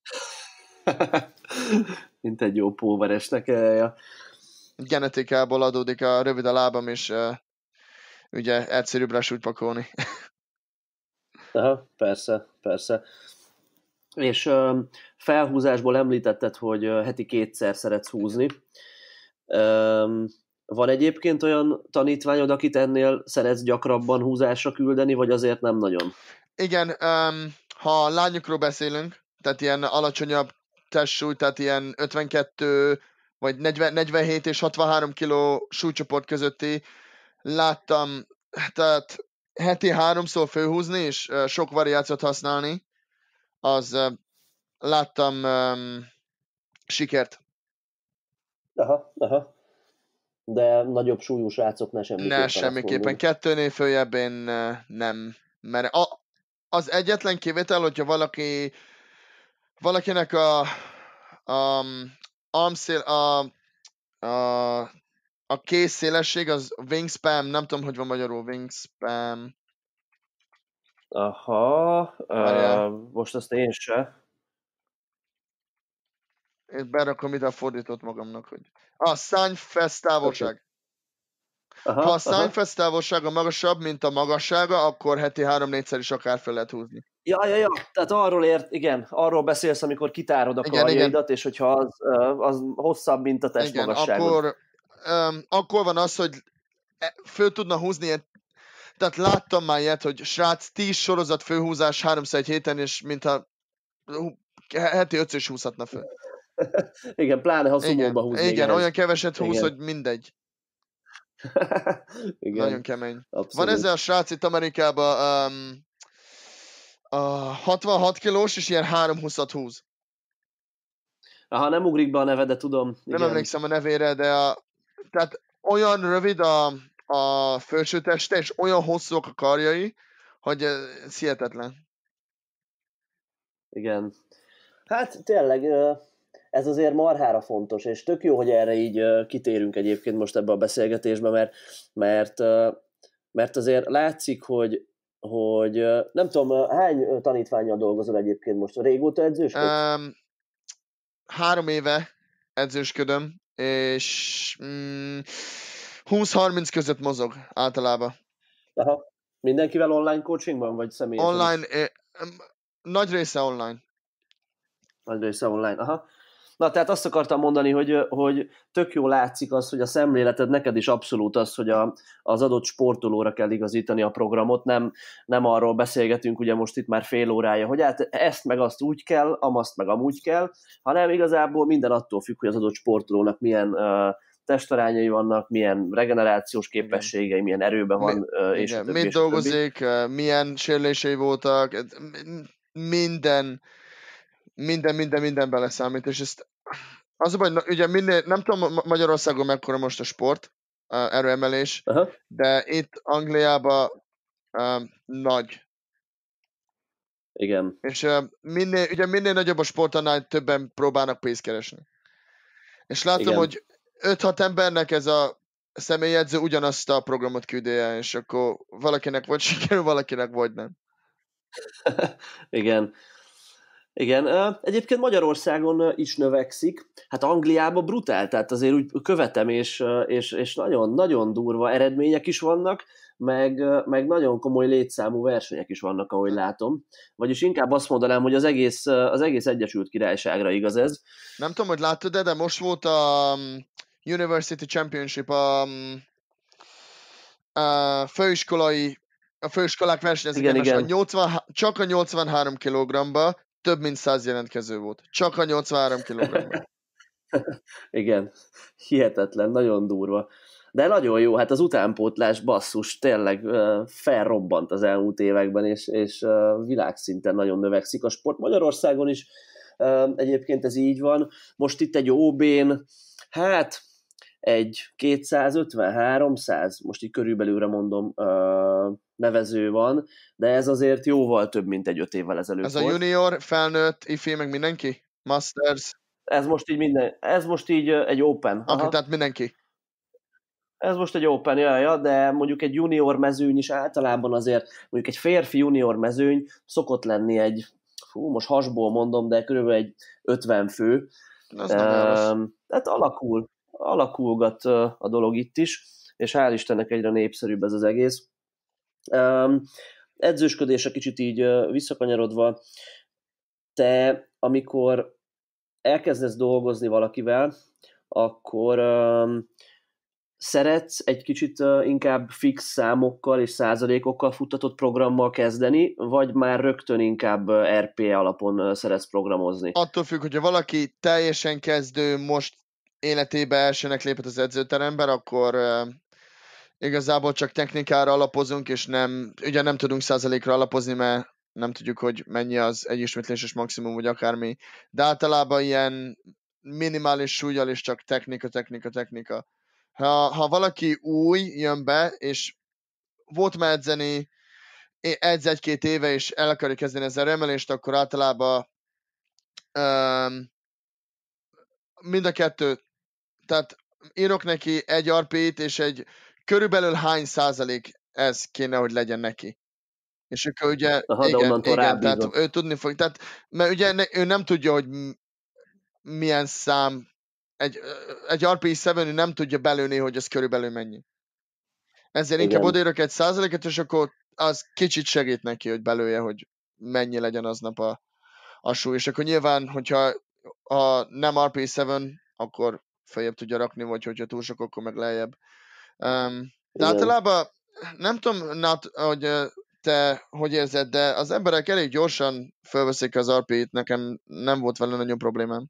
Mint egy jó póveresnek. Ja. Genetikából adódik, a rövid a lábam, és uh, ugye egyszerűbb rá súlyt pakolni. Aha, persze, persze. És um, felhúzásból említetted, hogy uh, heti kétszer szeretsz húzni. Um, van egyébként olyan tanítványod, akit ennél szeretsz gyakrabban húzásra küldeni, vagy azért nem nagyon? Igen, um, ha lányokról beszélünk, tehát ilyen alacsonyabb testsúly, tehát ilyen ötvenkettő vagy negyven, negyvenhét és hatvanhárom kiló súlycsoport közötti, láttam, tehát heti háromszor főhúzni, és uh, sok variációt használni, az uh, láttam um, sikert. Aha, aha. De nagyobb súlyú srácoknál semmiképpen. Ne, semmiképpen. Kettőnél följebb én uh, nem. Mert a, az egyetlen kivétel, hogyha valaki valakinek a a, armszél, a, a, a kész szélesség, az wingspan, nem tudom, hogy van magyarul wingspan. Aha, uh, most azt én se. Én berakom ide a fordított magamnak, hogy... A szányfesz távolság. Okay. Aha, ha a szányfesz távolsága magasabb, mint a magassága, akkor heti három-négyszer is akár fel lehet húzni. Ja, ja, ja, tehát arról ért, igen, arról beszélsz, amikor kitárod a karjaidat, és hogyha az, az hosszabb, mint a testmagasságod. Igen, akkor, um, akkor van az, hogy föl tudna húzni ilyen, tehát láttam már ilyet, hogy srác, tíz sorozat főhúzás háromszor egy héten, és mintha heti ötször is húzhatna föl. Igen, pláne ha szumóba húzni. Igen, ehhez. Olyan keveset húz, igen. Hogy mindegy. Igen. Nagyon kemény. Abszolút. Van ezzel a srác itt Amerikában um, a hatvanhat kilós, és ilyen három húszat húz. Aha, nem ugrik be a neve, de tudom. Nem igen. Emlékszem a nevére, de a, tehát olyan rövid a, a felső teste, és olyan hosszúak a karjai, hogy ez hihetetlen. Igen. Hát tényleg ez azért marhára fontos, és tök jó, hogy erre így kitérünk egyébként most ebbe a beszélgetésbe, mert, mert, mert azért látszik, hogy, hogy nem tudom, hány tanítvánnyal dolgozol egyébként most? Régóta edzősködsz? Um, három éve edzősködöm, és mm, húsz-harminc között mozog általában. Aha. Mindenkivel online coachingban, vagy személyesen? Online, eh, nagy része online. Nagy része online, aha. Na, tehát azt akartam mondani, hogy, hogy tök jó látszik az, hogy a szemléleted neked is abszolút az, hogy a, az adott sportolóra kell igazítani a programot, nem, nem arról beszélgetünk ugye most itt már fél órája, hogy hát ezt meg azt úgy kell, amazt meg amúgy kell, hanem igazából minden attól függ, hogy az adott sportolónak milyen uh, testarányai vannak, milyen regenerációs képességei, milyen erőben van, Mi, uh, és igen, a többi, mit és a dolgozik, többi. milyen sérülései voltak, minden minden, minden, minden beleszámít, és ezt az a baj, ugye minél, nem tudom Magyarországon mekkora most a sport, erőemelés, uh-huh. de itt Angliában um, nagy. Igen. És uh, minél, ugye minél nagyobb a sport, annál többen próbálnak pénzt keresni. És látom, igen. Hogy öt-hat embernek ez a személyedző ugyanazt a programot küldje, és akkor valakinek vagy sikerül, valakinek vagy nem. Igen. Igen, egyébként Magyarországon is növekszik, hát Angliában brutál, tehát azért úgy követem, és, és, és nagyon, nagyon durva eredmények is vannak, meg, meg nagyon komoly létszámú versenyek is vannak, ahogy látom. Vagyis inkább azt mondanám, hogy az egész, az egész Egyesült Királyságra igaz ez. Nem tudom, hogy láttad, de most volt a University Championship, a, a főiskolai, a főiskolák versenyezik, igen, igen. A nyolcvan, csak a nyolcvanhárom kilogramba több mint száz jelentkező volt. Csak a nyolcvanhárom kilogramban. Igen, hihetetlen, nagyon durva. De nagyon jó, hát az utánpótlás basszus tényleg uh, felrobbant az elmúlt években, és, és uh, világszinten nagyon növekszik a sport. Magyarországon is uh, egyébként ez így van. Most itt egy ó bén, hát egy kétszázötven-háromszáz, most így körülbelülre mondom, uh, nevező van, de ez azért jóval több, mint egy öt évvel ezelőtt ez volt. Ez a junior, felnőtt, ifi, meg mindenki? Masters? Ez most így minden, ez most így egy open. Oké, okay, tehát mindenki. Ez most egy open, jaja, de mondjuk egy junior mezőny is általában azért, mondjuk egy férfi junior mezőny szokott lenni egy, fú, most hasból mondom, de körülbelül egy ötven fő. Ez nem olyan rossz. Tehát alakul, alakulgat a dolog itt is, és hál' Istennek egyre népszerűbb ez az egész. Um, edzősködésre kicsit így uh, visszakanyarodva, te amikor elkezdesz dolgozni valakivel, akkor um, szeretsz egy kicsit uh, inkább fix számokkal és százalékokkal futtatott programmal kezdeni, vagy már rögtön inkább uh, er pé alapon uh, szeretsz programozni? Attól függ, hogyha valaki teljesen kezdő, most életébe elsőnek lépett az edzőteremben, akkor uh, igazából csak technikára alapozunk, és nem, ugye nem tudunk százalékra alapozni, mert nem tudjuk, hogy mennyi az egy ismétléses maximum, vagy akármi. De általában ilyen minimális súlyjal, és csak technika, technika, technika. Ha, ha valaki új jön be, és volt már edzeni, edz egy-két éve, és el akarja kezdeni az erőemelést, akkor általában um, mind a kettő, tehát írok neki egy er pé-t, és egy körülbelül hány százalék ez kéne, hogy legyen neki. És akkor ugye, Aha, igen, igen, tehát ő tudni fog, tehát, mert ugye ne, ő nem tudja, hogy milyen szám, egy, egy er pé hetven nem tudja belőni, hogy ez körülbelül mennyi. Ezért igen. inkább odaírok egy százalékot, és akkor az kicsit segít neki, hogy belője, hogy mennyi legyen aznap a, a súly. És akkor nyilván, hogyha ha nem er pé hetven, akkor feljebb tudja rakni, vagy hogyha túl sok, akkor meg lejjebb. Um, de általában nem tudom, Nat, hogy te hogy érzed, de az emberek elég gyorsan felveszik az er pé-t, nekem nem volt vele nagyon problémám.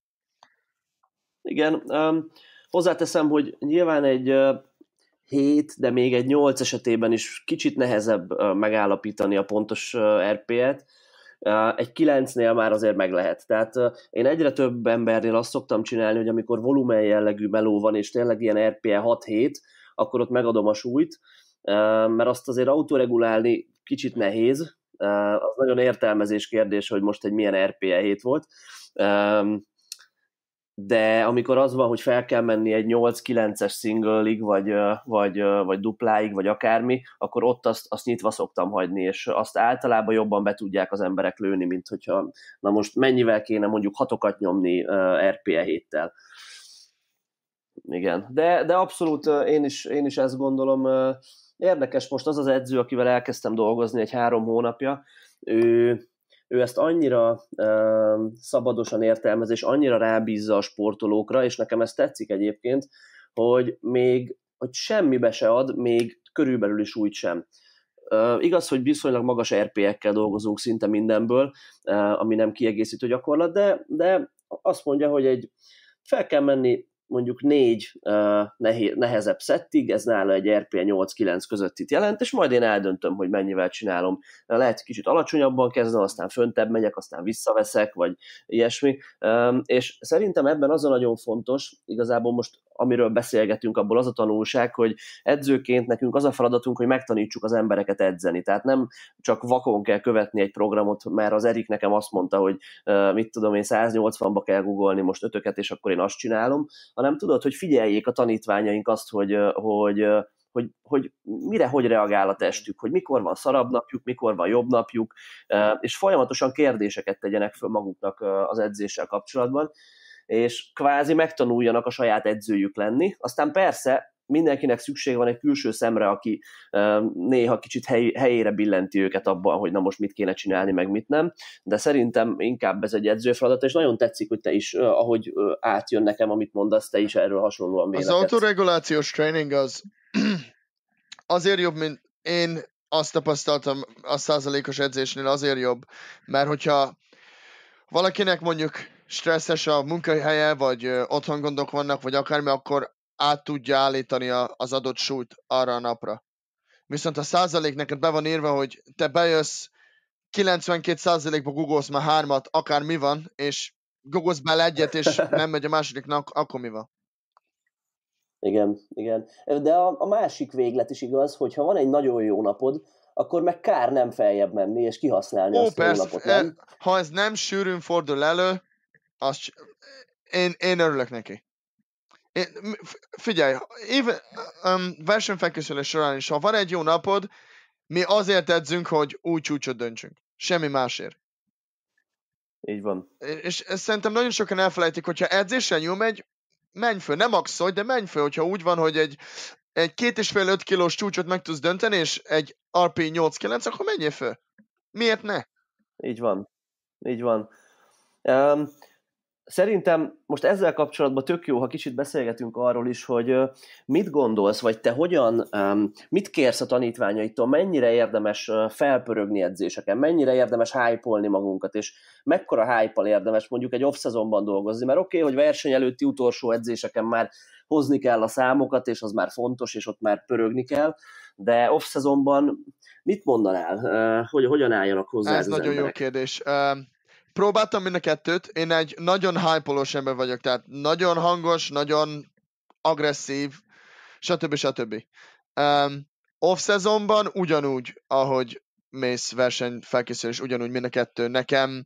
Igen, um, hozzáteszem, hogy nyilván egy uh, hét, de még egy nyolc esetében is kicsit nehezebb uh, megállapítani a pontos uh, er pé-et. Uh, egy kilencnél már azért meg lehet. Tehát uh, én egyre több embernél azt szoktam csinálni, hogy amikor volumen jellegű meló van, és tényleg ilyen er pé hat-hét, akkor ott megadom a súlyt, uh, mert azt azért autoregulálni kicsit nehéz. Uh, az nagyon értelmezés kérdés, hogy most egy milyen er pé hét volt. Um, de amikor az van, hogy fel kell menni egy nyolc-kilences single-ig, vagy, vagy, vagy dupláig, vagy akármi, akkor ott azt, azt nyitva szoktam hagyni, és azt általában jobban be tudják az emberek lőni, mint hogyha, na most mennyivel kéne mondjuk hatokat nyomni er pé héttel. Igen, de, de abszolút én is, én is ezt gondolom. Érdekes most az az edző, akivel elkezdtem dolgozni egy három hónapja, ő... ő ezt annyira uh, szabadosan értelmez, és annyira rábízza a sportolókra, és nekem ez tetszik egyébként, hogy még hogy semmibe se ad, még körülbelül is úgy sem. Uh, igaz, hogy viszonylag magas er pé-ekkel dolgozunk szinte mindenből, uh, ami nem kiegészítő gyakorlat, de, de azt mondja, hogy egy fel kell menni mondjuk négy uh, nehezebb szettig, ez nála egy er pé nyolc-kilenc közöttit jelent, és majd én eldöntöm, hogy mennyivel csinálom. Lehet kicsit alacsonyabban kezdem, aztán föntebb megyek, aztán visszaveszek, vagy ilyesmi. Um, és szerintem ebben az a nagyon fontos, igazából most amiről beszélgetünk, abból az a tanulság, hogy edzőként nekünk az a feladatunk, hogy megtanítsuk az embereket edzeni. Tehát nem csak vakon kell követni egy programot, mert az Erik nekem azt mondta, hogy uh, mit tudom én, száznyolcvanba kell googolni most ötöket, és akkor én azt csinálom, hanem tudod, hogy figyeljék a tanítványaink azt, hogy, hogy, hogy, hogy mire, hogy reagál a testük, hogy mikor van szarabb napjuk, mikor van jobb napjuk, és folyamatosan kérdéseket tegyenek föl maguknak az edzéssel kapcsolatban, és kvázi megtanuljanak a saját edzőjük lenni. Aztán persze mindenkinek szükség van egy külső szemre, aki néha kicsit hely, helyére billenti őket abban, hogy na most mit kéne csinálni, meg mit nem, de szerintem inkább ez egy edzőfeladat, és nagyon tetszik, hogy te is, ahogy átjön nekem, amit mondasz, te is erről hasonlóan vélekedsz. Az autoregulációs training az azért jobb, mint én azt tapasztaltam a százalékos edzésnél, azért jobb, mert hogyha valakinek mondjuk stresszes a munkahelye, vagy otthon gondok vannak, vagy akármi, akkor át tudja állítani a, az adott súlyt arra a napra. Viszont a százalék neked be van írva, hogy te bejössz, kilencvenkét százalékba googolsz már hármat, akár mi van, és googolsz bele egyet, és nem megy a másodiknak, akkor mi van? Igen, igen. De a, a másik véglet is igaz, hogy ha van egy nagyon jó napod, akkor meg kár nem feljebb menni, és kihasználni Ó, azt persze, a jó napot, nem? Ha ez nem sűrűn fordul elő, azt, én, én örülök neki. Én, figyelj, éve, um, versenyfelkészülés során is, ha van egy jó napod, mi azért edzünk, hogy új csúcsot döntsünk. Semmi másért. Így van. És ezt szerintem nagyon sokan elfelejtik, hogyha edzésen jól megy, menj föl, nem maxolj, de menj föl, hogyha úgy van, hogy egy, egy két és fél öt kilós csúcsot meg tudsz dönteni, és egy er pé nyolc kilenc, akkor menjél föl. Miért ne? Így van. Így van. Um, Szerintem most ezzel kapcsolatban tök jó, ha kicsit beszélgetünk arról is, hogy mit gondolsz, vagy te hogyan, mit kérsz a tanítványaitól, mennyire érdemes felpörögni edzéseken, mennyire érdemes hype-olni magunkat, és mekkora hype-al érdemes mondjuk egy off-szezonban dolgozni, mert oké, okay, hogy verseny előtti utolsó edzéseken már hozni kell a számokat, és az már fontos, és ott már pörögni kell, de off-szezonban mit mondanál, hogy hogyan álljanak hozzá Ez az nagyon emberek? jó kérdés. Próbáltam mind a kettőt, én egy nagyon hype-olós ember vagyok, tehát nagyon hangos, nagyon agresszív, stb. stb. Um, off-szezonban ugyanúgy, ahogy mész versenyfelkészülés, ugyanúgy mind a kettő. Nekem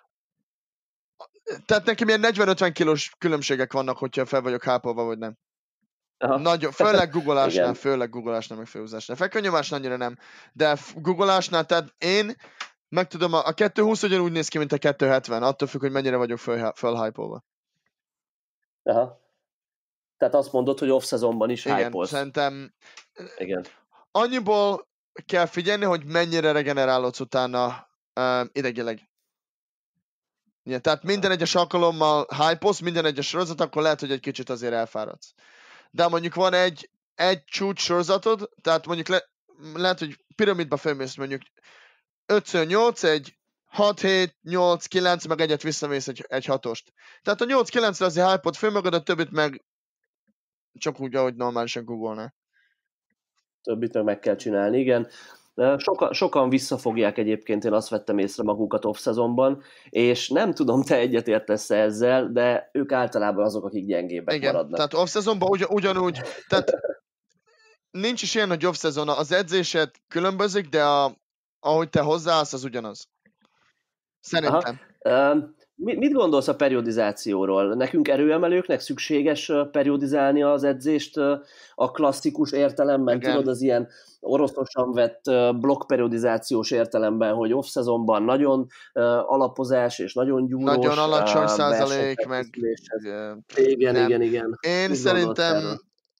tehát nekem ilyen negyven-ötven kilós különbségek vannak, hogyha fel vagyok hype-olva, vagy nem. Nagyon, főleg googolásnál, főleg googolásnál, meg felhúzásnál. Felkönnyomásnál annyira nem, de googolásnál, tehát én meg tudom, a kettő húsz ugyanúgy néz ki, mint a kettő hetven, attól függ, hogy mennyire vagyok föl, fölhype-olva. Aha. Tehát azt mondod, hogy off-szezonban is Igen, hype-olsz. szerintem Igen. Annyiból kell figyelni, hogy mennyire regenerálódsz utána uh, idegileg. Igen, tehát minden egyes alkalommal hype-olsz, minden egyes sorozat, akkor lehet, hogy egy kicsit azért elfáradsz. De mondjuk van egy, egy csúcs sorozatod, tehát mondjuk le, lehet, hogy piramidba felmész mondjuk ötször nyolc, egy hat hét nyolc kilenc, meg egyet visszamész egy, egy hatost. Tehát a nyolc kilencre azért hype-ot föl magad, a többit meg csak úgy, ahogy normálisan googolnál. Többit meg meg kell csinálni, igen. Soka, sokan visszafogják egyébként, én azt vettem észre magukat off-szezonban, és nem tudom, te egyetértesz ezzel, de ők általában azok, akik gyengébbek igen, maradnak. Tehát off-szezonban ugy, ugyanúgy, tehát nincs is ilyen, hogy off-szezon, az edzésed különbözik, de a, ahogy te hozzáállsz, az ugyanaz. Szerintem. Aha. Mit gondolsz a periodizációról? Nekünk erőemelőknek szükséges periodizálni az edzést a klasszikus értelemben? Igen. Tudod, az ilyen oroszosan vett blokkperiodizációs értelemben, hogy off-szezonban nagyon alapozás és nagyon gyúrós. Nagyon alacsony százalék, meg... Igen, nem. igen, igen. Én Mit szerintem...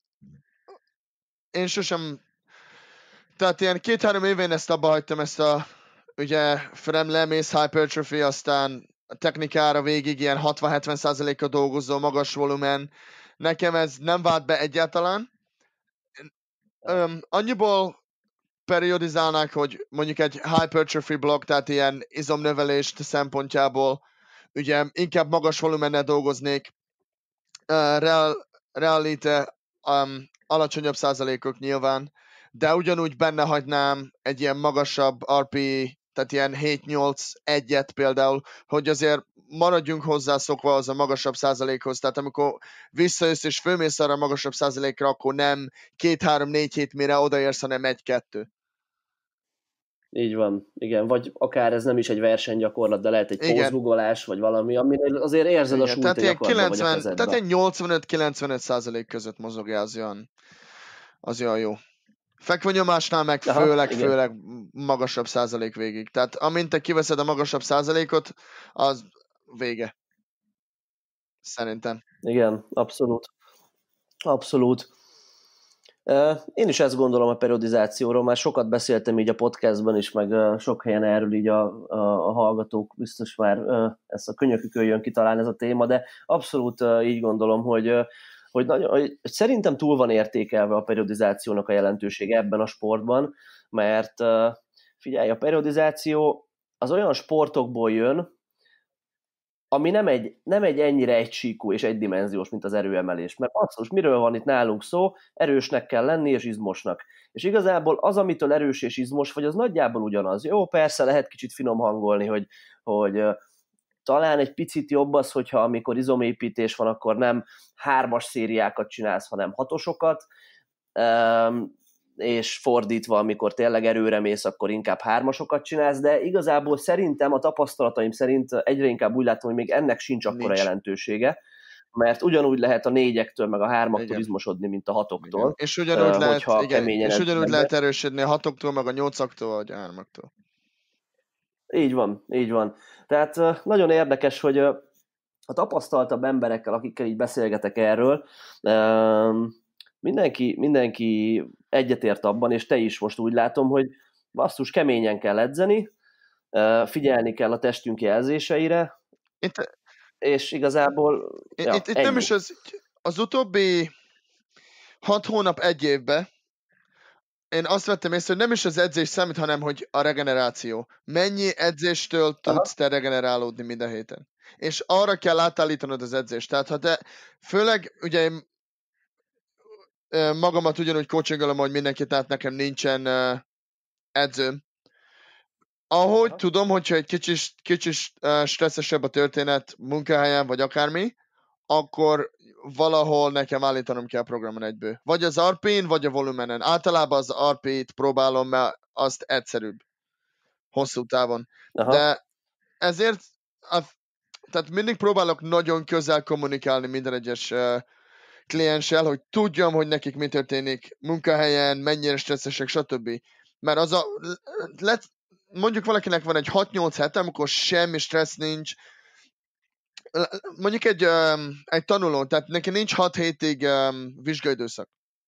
Én sosem... Tehát ilyen két-három évén ezt abba hagytam, ezt a... Ugye, Frem lemész, hypertrophy, aztán a technikára végig ilyen hatvan-hetven százalékkal dolgozó, magas volumen. Nekem ez nem vált be egyáltalán. Um, annyiból periodizálnák, hogy mondjuk egy hypertrophy block, tehát ilyen izomnövelést szempontjából, ugye inkább magas volumennel dolgoznék, uh, real, realite um, alacsonyabb százalékok nyilván, de ugyanúgy benne hagynám egy ilyen magasabb er pé, tehát ilyen hét nyolc egyet például, hogy azért maradjunk hozzászokva az a magasabb százalékhoz, tehát amikor visszajössz és fölmész arra a magasabb százalékra, akkor nem két-három-négy hét mire odaérsz, hanem egy-kettő. Így van, igen, vagy akár ez nem is egy versenygyakorlat, de lehet egy pózgugolás, vagy valami, aminél azért érzed igen, a súlyt a gyakorlatban, vagy a kezedben. Tehát egy nyolcvanöt-kilencvenöt százalék között mozogja, az olyan, az olyan jó. Fekvőnyomásnál meg Aha, főleg, igen. főleg magasabb százalék végig. Tehát amint te kiveszed a magasabb százalékot, az vége. Szerintem. Igen, abszolút. Abszolút. Én is ezt gondolom a periodizációról, már sokat beszéltem így a podcastban is, meg sok helyen erről így a, a, a hallgatók biztos már ezt a könyökükön jön ki talán ez a téma, de abszolút így gondolom, hogy, hogy, nagyon, hogy szerintem túl van értékelve a periodizációnak a jelentősége ebben a sportban, mert figyelj, a periodizáció az olyan sportokból jön, ami nem egy, nem egy ennyire egysíkú és egydimenziós, mint az erőemelés. Mert azt most miről van itt nálunk szó, erősnek kell lenni és izmosnak. És igazából az, amitől erős és izmos vagy, az nagyjából ugyanaz. Jó, persze lehet kicsit finom hangolni, hogy, hogy uh, talán egy picit jobb az, hogyha amikor izomépítés van, akkor nem hármas szériákat csinálsz, hanem hatosokat, um, és fordítva, amikor tényleg erőre mész, akkor inkább hármasokat csinálsz, de igazából szerintem, a tapasztalataim szerint egyre inkább úgy látom, hogy még ennek sincs akkora Nincs. jelentősége. mert ugyanúgy lehet a négyektől, meg a hármaktól izmosodni, mint a hatoktól. Igen. És ugyanúgy, lehet, igen, és ugyanúgy edz lehet erősödni a hatoktól, meg a nyolcaktól, vagy a hármaktól. Így van, így van. Tehát nagyon érdekes, hogy a tapasztaltabb emberekkel, akikkel így beszélgetek erről, mindenki, mindenki egyetért abban, és te is most úgy látom, hogy basszus, keményen kell edzeni, figyelni kell a testünk jelzéseire, Itt, és igazából itt, ja, itt, itt nem is az, az utóbbi hat hónap, egy évben én azt vettem észre, hogy nem is az edzés számít, hanem hogy a regeneráció. Mennyi edzéstől tudsz Aha. te regenerálódni minden héten. És arra kell átállítanod az edzést. Tehát ha te, főleg ugye én magamat ugyanúgy coachingolom, hogy mindenkit, tehát nekem nincsen uh, edzőm. Ahogy Aha. tudom, hogyha egy kicsit, kicsit uh, stresszesebb a történet munkahelyen, vagy akármi, akkor valahol nekem állítanom kell a programon egyből. Vagy az er pé-n, vagy a volumenen. Általában az er pé-t próbálom, mert azt egyszerűbb. Hosszú távon. Aha. De ezért a, tehát mindig próbálok nagyon közel kommunikálni minden egyes uh, klienssel, hogy tudjam, hogy nekik mi történik munkahelyen, mennyire stresszesek, stb. Mert az a, let, mondjuk valakinek van egy hat-nyolc hete, amikor semmi stressz nincs, mondjuk egy, um, egy tanuló, tehát neki nincs hat hétig um, vizsgaidőszak.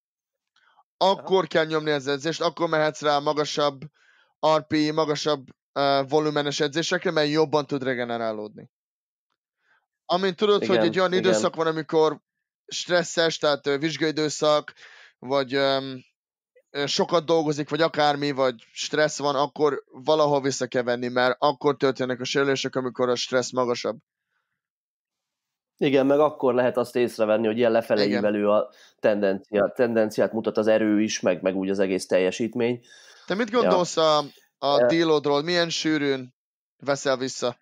Akkor Aha. kell nyomni az edzést, akkor mehetsz rá magasabb er pé, magasabb uh, volumenes edzésekre, mert jobban tud regenerálódni. Amint tudod, igen, hogy egy olyan igen. időszak van, amikor stresszes, tehát uh, vizsgaidőszak, vagy um, sokat dolgozik, vagy akármi, vagy stressz van, akkor valahol vissza kell venni, mert akkor történnek a sérülések, amikor a stressz magasabb. Igen, meg akkor lehet azt észrevenni, hogy ilyen lefelé ívelő a tendencia, tendenciát mutat az erő is, meg, meg úgy az egész teljesítmény. Te mit gondolsz ja. a, a deloadról? Milyen sűrűn veszel vissza?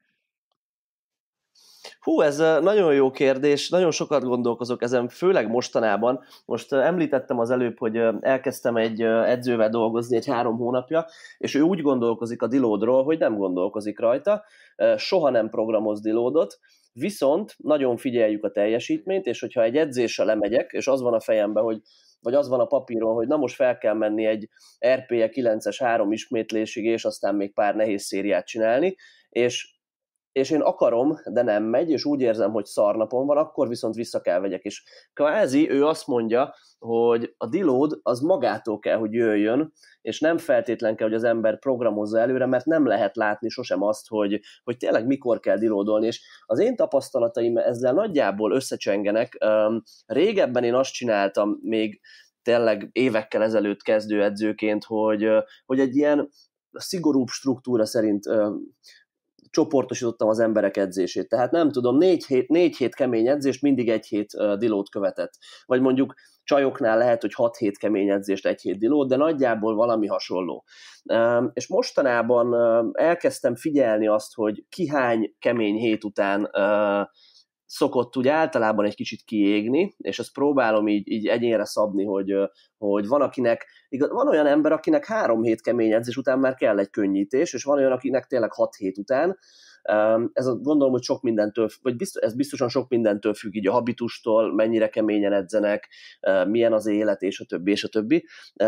Hú, ez nagyon jó kérdés, nagyon sokat gondolkozok ezen, főleg mostanában. Most említettem az előbb, hogy elkezdtem egy edzővel dolgozni egy három hónapja, és ő úgy gondolkozik a deloadról, hogy nem gondolkozik rajta, soha nem programoz deloadot, viszont nagyon figyeljük a teljesítményt, és hogyha egy edzésre lemegyek, és az van a fejemben, hogy vagy az van a papíron, hogy na most fel kell menni egy er pé-je kilences három ismétlésig, és aztán még pár nehéz szériát csinálni, és és én akarom, de nem megy, és úgy érzem, hogy szarnapon van, akkor viszont vissza kell vegyek. És kvázi ő azt mondja, hogy a deload az magától kell, hogy jöjjön, és nem feltétlen kell, hogy az ember programozza előre, mert nem lehet látni sosem azt, hogy, hogy tényleg mikor kell deloadolni. És az én tapasztalataim ezzel nagyjából összecsengenek. Régebben én azt csináltam, még tényleg évekkel ezelőtt kezdőedzőként, hogy, hogy egy ilyen szigorúbb struktúra szerint csoportosítottam az emberek edzését. Tehát nem tudom, négy hét, négy hét kemény edzést mindig egy hét uh, dilót követett. Vagy mondjuk csajoknál lehet, hogy hat hét kemény edzést, egy hét dilót, de nagyjából valami hasonló. Uh, és mostanában uh, elkezdtem figyelni azt, hogy ki hány kemény hét után uh, szokott úgy általában egy kicsit kiégni, és ezt próbálom így, így egyénre szabni, hogy, hogy van akinek, igaz, van olyan ember, akinek három hét kemény edzés után már kell egy könnyítés, és van olyan, akinek tényleg hat hét után. Ez gondolom, hogy sok mindentől, vagy biztos, ez biztosan sok mindentől függ, így a habitustól, mennyire keményen edzenek, milyen az élet, és a többi, és a többi.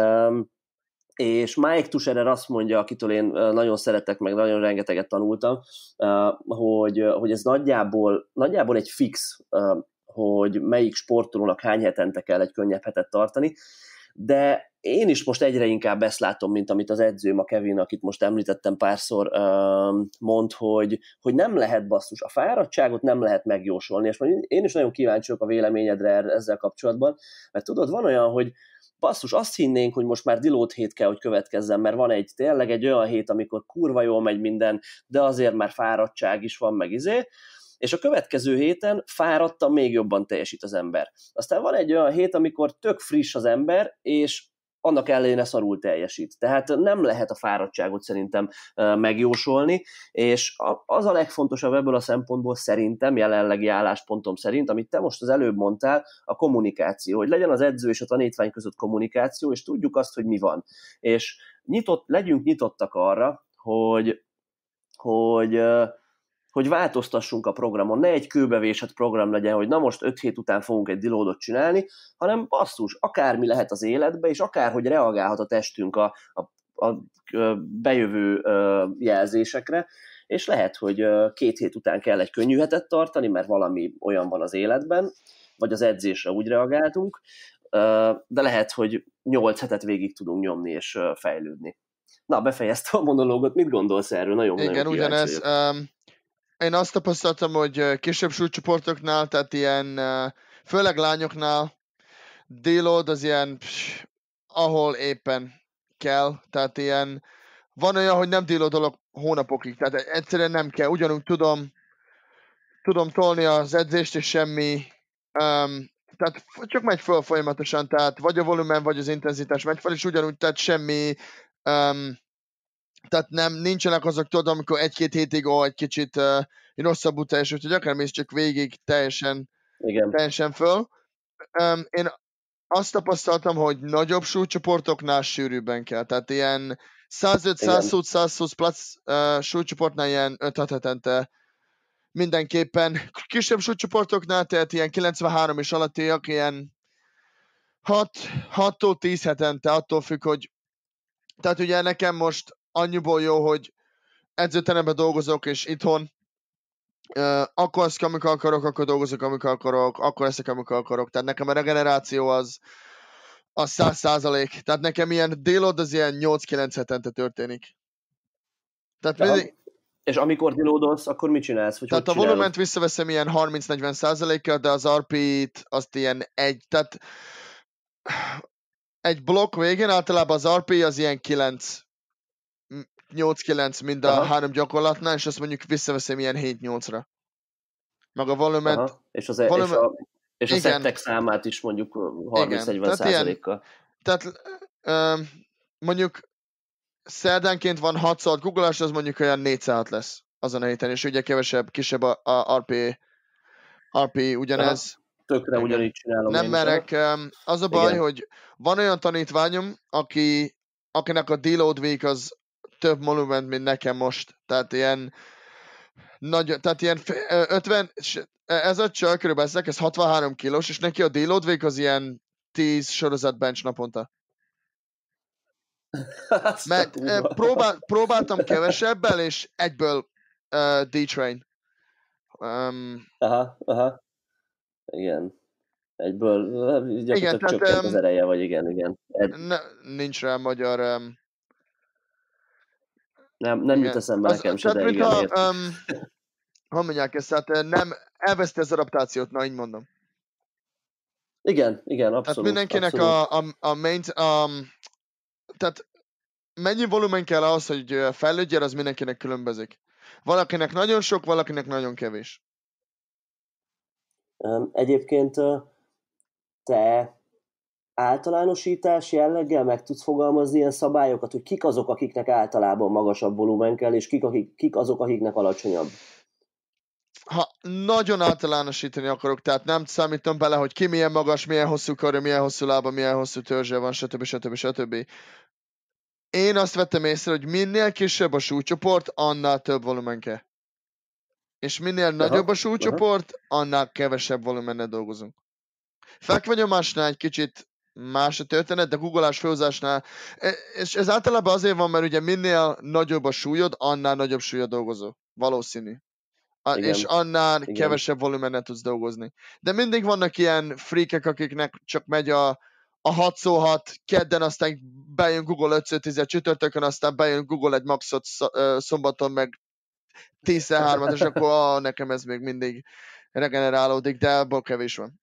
És Mike Tusherer azt mondja, akitől én nagyon szeretek, meg nagyon rengeteget tanultam, hogy, hogy ez nagyjából, nagyjából egy fix, hogy melyik sportolónak hány hetente kell egy könnyebb hetet tartani, de én is most egyre inkább ezt látom, mint amit az edzőm, a Kevin, akit most említettem párszor, mond, hogy, hogy nem lehet basszus, a fáradtságot nem lehet megjósolni, és én is nagyon kíváncsi vagyok a véleményedre ezzel kapcsolatban, mert tudod, van olyan, hogy basszus, azt hinnénk, hogy most már dilót hét kell, hogy következzen, mert van egy tényleg egy olyan hét, amikor kurva jól megy minden, de azért már fáradtság is van, meg izé, és a következő héten fáradtan még jobban teljesít az ember. Aztán van egy olyan hét, amikor tök friss az ember, és annak ellenére szarul teljesít. Tehát nem lehet a fáradtságot szerintem megjósolni, és az a legfontosabb ebből a szempontból szerintem, jelenlegi álláspontom szerint, amit te most az előbb mondtál, a kommunikáció, hogy legyen az edző és a tanítvány között kommunikáció, és tudjuk azt, hogy mi van. És nyitott, legyünk nyitottak arra, hogy, hogy hogy változtassunk a programon, ne egy kőbevésett program legyen, hogy na most öt hét után fogunk egy deloadot csinálni, hanem basszus, akármi lehet az életbe, és akárhogy reagálhat a testünk a, a, a bejövő jelzésekre, és lehet, hogy két hét után kell egy könnyű hetet tartani, mert valami olyan van az életben, vagy az edzésre úgy reagáltunk, de lehet, hogy nyolc hetet végig tudunk nyomni és fejlődni. Na, befejeztem a monológot, mit gondolsz erről? Nagyon, Igen, nagyon ugyanez. Um, én azt tapasztaltam, hogy kisebb súlycsoportoknál, tehát ilyen, főleg lányoknál, deload az ilyen, pss, ahol éppen kell, tehát ilyen, van olyan, hogy nem deloadolok hónapokig, tehát egyszerűen nem kell, ugyanúgy tudom, tudom tolni az edzést, és semmi, um, tehát csak megy föl folyamatosan, tehát vagy a volumen, vagy az intenzitás megy fel, és ugyanúgy, tehát semmi, um, tehát nem, nincsenek azok, tudod, amikor egy-két hétig, ó, egy kicsit uh, rosszabbul teljesült, hogy akár mész csak végig teljesen, Igen. teljesen föl. Um, én azt tapasztaltam, hogy nagyobb súlycsoportoknál sűrűbben kell, tehát ilyen százöt, százhúsz, százhúsz plusz uh, súlycsoportnál ilyen öt-hat hetente mindenképpen. Kisebb súlycsoportoknál, tehát ilyen kilencvenhárom és alattiak, ilyen hattól tíz hetente, attól függ, hogy tehát ugye nekem most annyiból jó, hogy edzőteremben dolgozok, és itthon uh, akkor eszek, amikor akarok, akkor dolgozok, amikor akarok, akkor eszek, amikor akarok. Tehát nekem a regeneráció az az száz százalék. Tehát nekem ilyen deload az ilyen nyolc-kilenc hetente történik. Tehát mindig... És amikor deloadolsz, akkor mit csinálsz? Hogy tehát hogy a volument visszaveszem ilyen harminc-negyven százalékkal, de az er pé it azt ilyen egy, tehát egy blokk végén általában az er pé az ilyen kilenc, nyolc-kilenc mind a Aha. három gyakorlatnál, és azt mondjuk visszaveszem ilyen hét-nyolcra. Meg a volument... Aha. És, az, volumen... és a, és a szettek számát is mondjuk harminc-negyven százalékkal. Tehát, tehát um, mondjuk szerdánként van hatszor googolás, az mondjuk olyan négyszáz lesz azon a héten, és ugye kevesebb, kisebb a, a er pé, er pé ugyanez. Aha, tökre igen. Ugyanígy csinálom. Nem merek. Um, az a baj, igen. hogy van olyan tanítványom, aki, akinek a deload week az több volument, mint nekem most. Tehát ilyen nagy, tehát ilyen ötven, ez a csaj körülbelül ez hatvanhárom kilós, és neki a deload week az ilyen tíz sorozat bench naponta. Mert próbál, próbáltam kevesebbel, és egyből uh, D-train. Um, aha, aha. Igen. Egyből gyakorlatilag igen, csökkent um, az ereje, vagy igen, igen. Ed... Ne, nincs rá magyar... Um, nem nem jut eszembe az, nekem se, de igen, ha, um, ha mondják ezt, tehát nem elveszti az adaptációt, na így mondom. Igen, igen, abszolút. Tehát mindenkinek abszolút. a, a, a main... Um, tehát mennyi volumen kell ahhoz, hogy fejlődjél, az mindenkinek különbözik. Valakinek nagyon sok, valakinek nagyon kevés. Egyébként te általánosítás jelleggel meg tudsz fogalmazni ilyen szabályokat, hogy kik azok, akiknek általában magasabb volumen kell, és kik, akik, kik azok, akiknek alacsonyabb? Ha nagyon általánosítani akarok, tehát nem számítom bele, hogy ki milyen magas, milyen hosszú karja, milyen hosszú lába, milyen hosszú törzse van, stb. stb. stb. Én azt vettem észre, hogy minél kisebb a súlycsoport, annál több volumen kell. És minél aha, nagyobb a súlycsoport, aha. annál kevesebb volumennel dolgozunk. Fekvanyomásnál egy kicsit más a történet, de googolás főzásnál, és ez általában azért van, mert ugye minél nagyobb a súlyod, annál nagyobb súlyod dolgozol. Valószínű. A, és annál igen. kevesebb volumennel tudsz dolgozni. De mindig vannak ilyen freakek, akiknek csak megy a, a hat szó hat, kedden aztán bejön Google ötször tíz, csütörtökön aztán bejön Google egy maxot szombaton, meg tíz hármat, és akkor ah, nekem ez még mindig regenerálódik, de abból kevés van.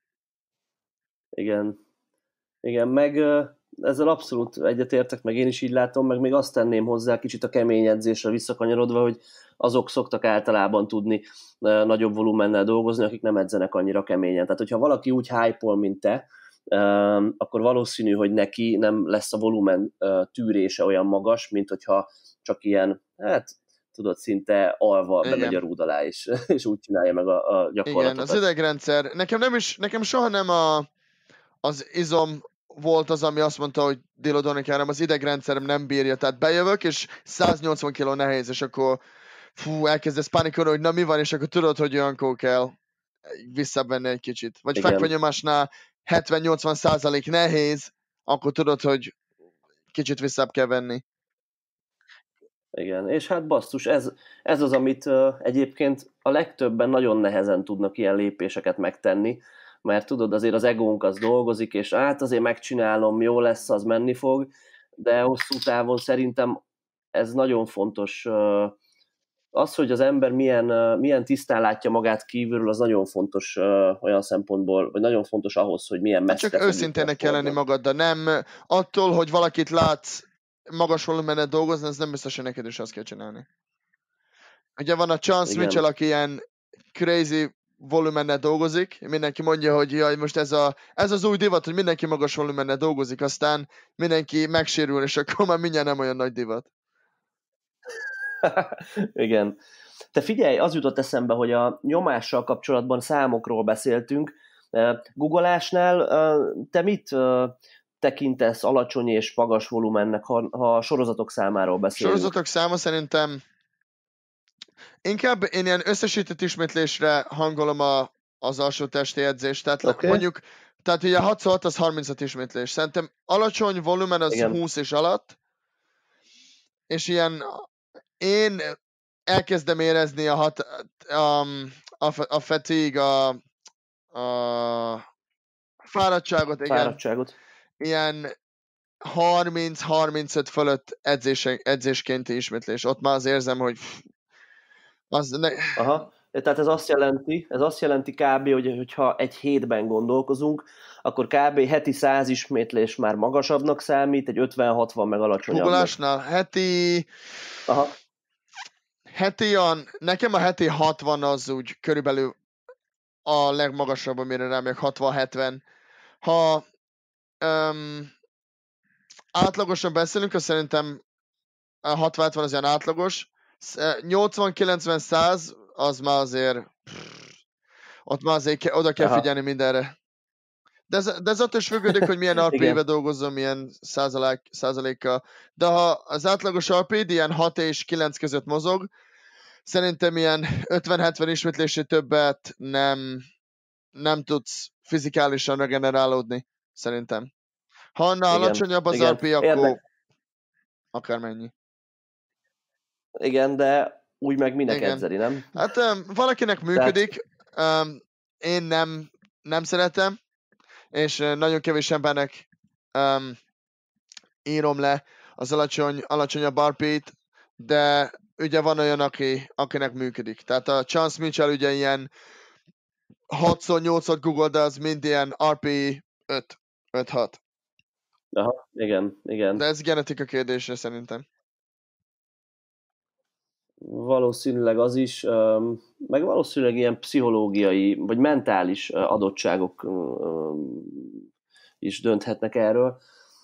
Igen. Igen, meg ezzel abszolút egyetértek, meg én is így látom, meg még azt tenném hozzá kicsit a kemény edzésre visszakanyarodva, hogy azok szoktak általában tudni nagyobb volumennel dolgozni, akik nem edzenek annyira keményen. Tehát, hogyha valaki úgy hype-ol, mint te, akkor valószínű, hogy neki nem lesz a volumen tűrése olyan magas, mint hogyha csak ilyen, hát tudod, szinte alva bemegy a rúd alá, és, és úgy csinálja meg a, a gyakorlatokat. Igen, az idegrendszer, nekem nem is, nekem soha nem a, az izom volt az, ami azt mondta, hogy deloadolni kell, az idegrendszerem nem bírja, tehát bejövök, és száznyolcvan kiló nehéz, és akkor fú, elkezdesz pánikolni, hogy na mi van, és akkor tudod, hogy olyankor kell visszavenni egy kicsit. Vagy Igen. fekvenyomásnál hetven-nyolcvan százalék nehéz, akkor tudod, hogy kicsit visszább kell venni. Igen, és hát basszus, ez, ez az, amit uh, egyébként a legtöbben nagyon nehezen tudnak ilyen lépéseket megtenni, mert tudod, azért az egónk az dolgozik, és hát azért megcsinálom, jó lesz, az menni fog, de hosszú távon szerintem ez nagyon fontos. Uh, az, hogy az ember milyen, uh, milyen tisztán látja magát kívülről, az nagyon fontos uh, olyan szempontból, vagy nagyon fontos ahhoz, hogy milyen messze Csak őszintének kell lenni magaddal, nem attól, hogy valakit látsz magas volumenet dolgozni, ez nem biztos, hogy neked is azt kell csinálni. Ugye van a Chance Igen. Mitchell, aki ilyen crazy volumennel dolgozik, mindenki mondja, hogy jaj, most ez, a, ez az új divat, hogy mindenki magas volumennel dolgozik, aztán mindenki megsérül, és akkor már mindjárt nem olyan nagy divat. Igen. Te figyelj, az jutott eszembe, hogy a nyomással kapcsolatban számokról beszéltünk. Googolásnál te mit tekintesz alacsony és magas volumennek, ha, ha a sorozatok számáról beszélünk? Sorozatok száma szerintem inkább én ilyen összesített ismétlésre hangolom a, az alsó testi edzést. Tehát Okay. mondjuk, tehát ugye hat hat az harmincöt ismétlés. Szerintem alacsony volumen az Igen. húsz és alatt, és ilyen én elkezdem érezni a, hat, um, a, a fatigue, a, a fáradtságot, igen. Fáradtságot. Ilyen harminc-harmincöt fölött edzés, edzéskénti ismétlés. Ott már az érzem, hogy az ne... Aha. Tehát ez azt jelenti, ez azt jelenti kb., hogy, hogyha egy hétben gondolkozunk, akkor kb. Heti száz ismétlés már magasabbnak számít, egy ötven-hatvan meg alacsonyabbnak. Googolásnál heti... Aha. Heti olyan, nekem a heti hatvan az úgy körülbelül a legmagasabb, amire rámegyek, hatvan-hetven. Ha um, átlagosan beszélünk, az szerintem a hatvan-hetven az ilyen átlagos. nyolcvan-kilencven-száz az már azért pff, ott már azért ke, oda kell Aha. figyelni mindenre. De ez, de ez attól is függődik, hogy milyen er pé-be dolgozom, milyen százalék, százalékkal. De ha az átlagos er pé ilyen hat és kilenc között mozog, szerintem ilyen ötven-hetven ismétlésé többet nem, nem tudsz fizikálisan regenerálódni, szerintem. Ha annál alacsonyabb az er pé, akkor Érdek. akármennyi. Igen, de úgy meg minek Igen. edzeli, nem? Hát um, valakinek működik, Tehát... um, én nem, nem szeretem, és uh, nagyon kevés embernek um, írom le az alacsony, alacsonyabb er pé-t, de ugye van olyan, aki, akinek működik. Tehát a Chance Mitchell ugye ilyen hatszor-nyolcszor Google, de az mind ilyen er pé öt, öt-hat. Aha, igen, igen. De ez genetika kérdése szerintem. Valószínűleg az is, meg valószínűleg ilyen pszichológiai, vagy mentális adottságok is dönthetnek erről.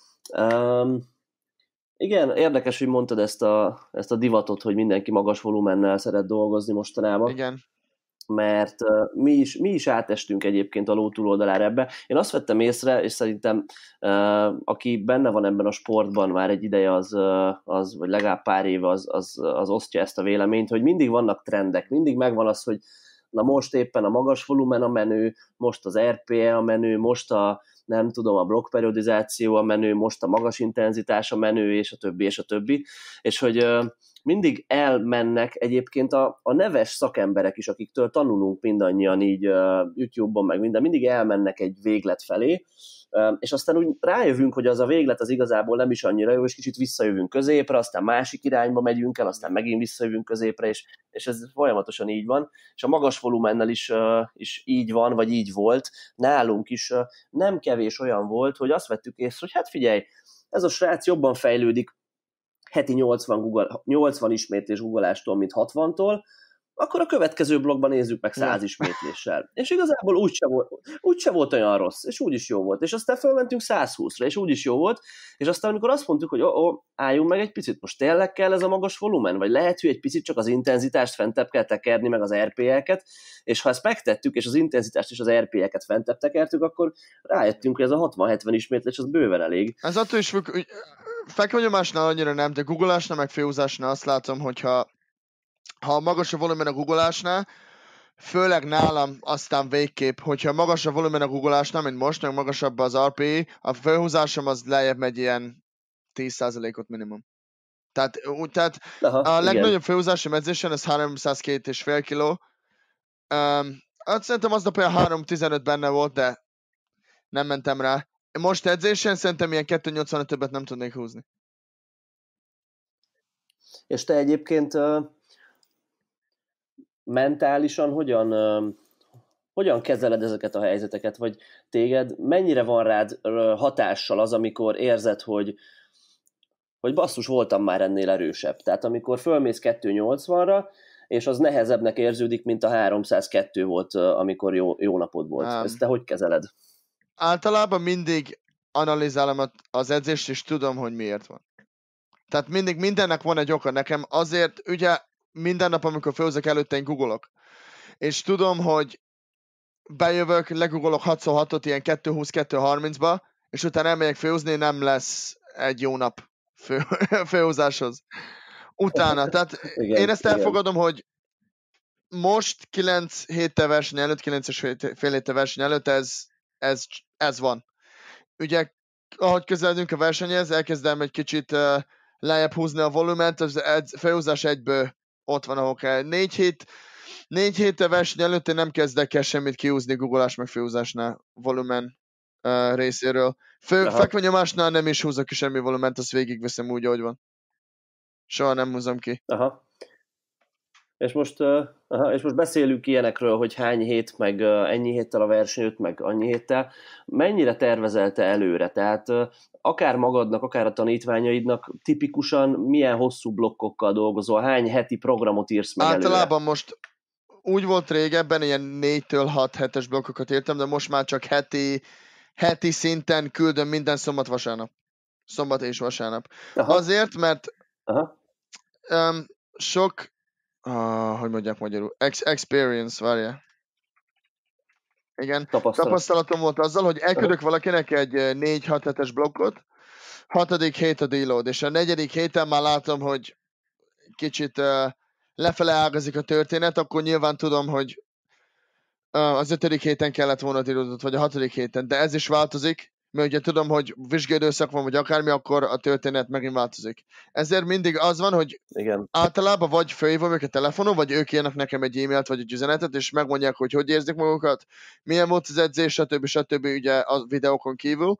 Igen, érdekes, hogy mondtad ezt a, ezt a divatot, hogy mindenki magas volumennel szeret dolgozni mostanában. Igen. Mert uh, mi, is, mi is átestünk egyébként a ló túloldalára ebbe. Én azt vettem észre, és szerintem uh, aki benne van ebben a sportban már egy ideje, az, uh, az vagy legalább pár éve az, az, az osztja ezt a véleményt, hogy mindig vannak trendek, mindig megvan az, hogy na most éppen a magas volumen a menő, most az er pé e a menő, most a nem tudom, a blokkperiodizáció a menő, most a magas intenzitás a menő, és a többi, és a többi. És hogy uh, mindig elmennek egyébként a, a neves szakemberek is, akiktől tanulunk mindannyian így uh, YouTube-on, meg minden, mindig elmennek egy véglet felé, uh, és aztán úgy rájövünk, hogy az a véglet az igazából nem is annyira jó, és kicsit visszajövünk középre, aztán másik irányba megyünk el, aztán megint visszajövünk középre, és, és ez folyamatosan így van. És a magas volumennel is, uh, is így van, vagy így volt. Nálunk is uh, nem kevés olyan volt, hogy azt vettük észre, hogy hát figyelj, ez a srác jobban fejlődik heti nyolcvan, Google, nyolcvan ismétlés guggolástól, mint hatvantól, akkor a következő blogban nézzük meg száz ismétléssel. És igazából úgyse volt, úgyse volt olyan rossz, és úgyis jó volt. És aztán felmentünk száz húszra, és úgyis jó volt. És aztán, amikor azt mondtuk, hogy ó, oh, oh, álljunk meg egy picit, most tényleg kell ez a magas volumen? Vagy lehet, hogy egy picit csak az intenzitást fentebb kell tekerni, meg az er pé-eket, és ha ezt megtettük, és az intenzitást és az er pé-eket fentebb tekertük, akkor rájöttünk, hogy ez a hatvan-hetven ismétlés az bőven elég. Ez attól is függ, fekvőnyomásnál annyira nem, de googolásnál, meg főhúzásnál azt látom, hogyha ha magas a volumen a googolásnál, főleg nálam aztán végképp, hogyha magas a volumen a googolásnál, mint most, meg magasabb az er pé i, a felhúzásom az lejjebb megy ilyen tíz százalékot minimum. Tehát, úgy, tehát Aha, a igen. legnagyobb felhúzásom edzésen, ez háromszázkettő és fél kiló. Um, hát szerintem aznap olyan három tizenöt benne volt, de nem mentem rá. Most edzésen szerintem ilyen kettő nyolcvanöt többet nem tudnék húzni. És te egyébként uh, mentálisan hogyan, uh, hogyan kezeled ezeket a helyzeteket, vagy téged mennyire van rád uh, hatással az, amikor érzed, hogy, hogy basszus, voltam már ennél erősebb. Tehát amikor fölmész kettő nyolcvanra, és az nehezebbnek érződik, mint a háromszázkettő volt, uh, amikor jó, jó napod volt. Um, Ezt te hogy kezeled? Általában mindig analizálom az edzést, és tudom, hogy miért van. Tehát mindig mindennek van egy oka. Nekem azért, ugye minden nap, amikor főzök előtte, én googolok. És tudom, hogy bejövök, legugolok hatszor hatot ilyen kettő húsz kettő harmincba, és utána elmegyek főzni, nem lesz egy jó nap fő, főhúzáshoz. Utána, tehát igen, én ezt elfogadom, igen. Hogy most kilenc héttel verseny előtt, kilenc és fél héttel verseny előtt ez, ez, ez van. Ugye, ahogy közeledünk a versenyhez, elkezdem egy kicsit uh, lejjebb húzni a volument, az felhúzás egyből ott van, ahol kell. Négy hét, négy héttel verseny előtt én nem kezdek el semmit kihúzni googolás meg felhúzásnál volumen uh, részéről. Fő, fekvenyomásnál nem is húzok ki semmi volument, azt végigveszem úgy, ahogy van. Soha nem húzom ki. Aha. És most, uh, aha, és most beszélünk ilyenekről, hogy hány hét, meg uh, ennyi héttel a versenyt, meg annyi héttel. Mennyire tervezelte előre? Tehát uh, akár magadnak, akár a tanítványaidnak tipikusan milyen hosszú blokkokkal dolgozol? Hány heti programot írsz meg előre? Általában most úgy volt régebben, ilyen négytől hat hetes blokkokat írtam, de most már csak heti, heti szinten küldöm minden szombat-vasárnap. Szombat és vasárnap. Aha. Azért, mert Aha. Um, sok Uh, hogy mondják magyarul? Ex- experience, várjál. Igen, Tapasztalat. tapasztalatom volt azzal, hogy elküldök valakinek egy négy-hat hetes blokkot, hatodik hét a deload, és a negyedik héten már látom, hogy kicsit uh, lefele ágazik a történet, akkor nyilván tudom, hogy uh, az ötödik héten kellett volna deloadot, vagy a hatodik héten, de ez is változik, mert ugye tudom, hogy vizsgaidőszak van, vagy akármi, akkor a történet megint változik. Ezért mindig az van, hogy igen. Általában vagy fölhívom őket telefonon, vagy ők írnak nekem egy e-mailt, vagy egy üzenetet, és megmondják, hogy hogy érzik magukat, milyen volt az edzés, stb. stb. Ugye a videókon kívül.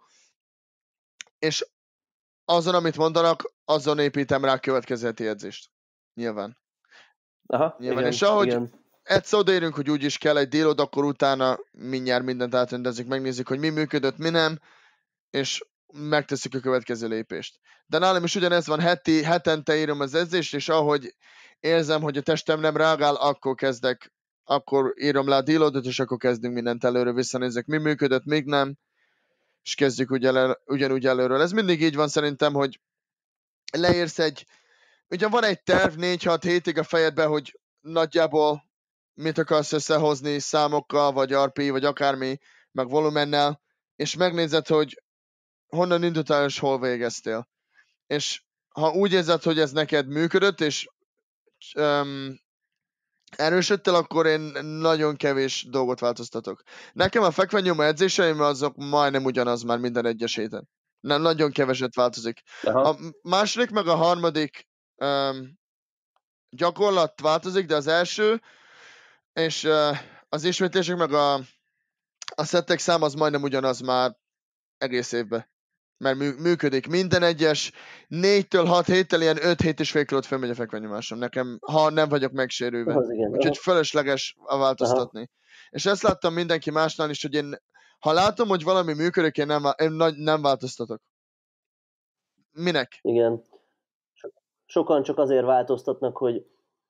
És azon, amit mondanak, azon építem rá a következő heti edzést. Nyilván. Aha, Nyilván. igen, és ahogy igen. egyszer odaérünk, hogy úgyis kell egy deload, akkor utána mindjárt mindent átrendezik, megnézik, hogy mi működött, mi nem, és megteszük a következő lépést. De nálam is ugyanez van, heti, hetente írom az edzést, és ahogy érzem, hogy a testem nem reagál, akkor kezdek, akkor írom le a deloadot, és akkor kezdünk mindent előre, visszanézek, mi működött, még nem, és kezdjük ugyan, ugyanúgy előről. Ez mindig így van szerintem, hogy leírsz egy, ugye van egy terv négy-hat hétig a fejedben, hogy nagyjából mit akarsz összehozni számokkal, vagy er pé, vagy akármi, meg volumennel, és megnézed, hogy honnan indultál, és hol végeztél. És ha úgy érzed, hogy ez neked működött, és um, erősödtél, akkor én nagyon kevés dolgot változtatok. Nekem a fekvenyoma edzéseim azok majdnem ugyanaz már minden egyes héten. Nem, nagyon keveset változik. Aha. A második meg a harmadik um, gyakorlat változik, de az első, és uh, az ismétlések meg a, a szettek szám az majdnem ugyanaz már egész évben. Mert működik. Minden egyes négytől hat héttel ilyen öt hét és fél kilót fölmegy a fekvenyomásom. Nekem, ha nem vagyok megsérülve. Úgyhogy fölösleges a változtatni. Aha. És ezt láttam mindenki másnál is, hogy én, ha látom, hogy valami működik, én nem, én nem változtatok. Minek? Igen. Sokan csak azért változtatnak, hogy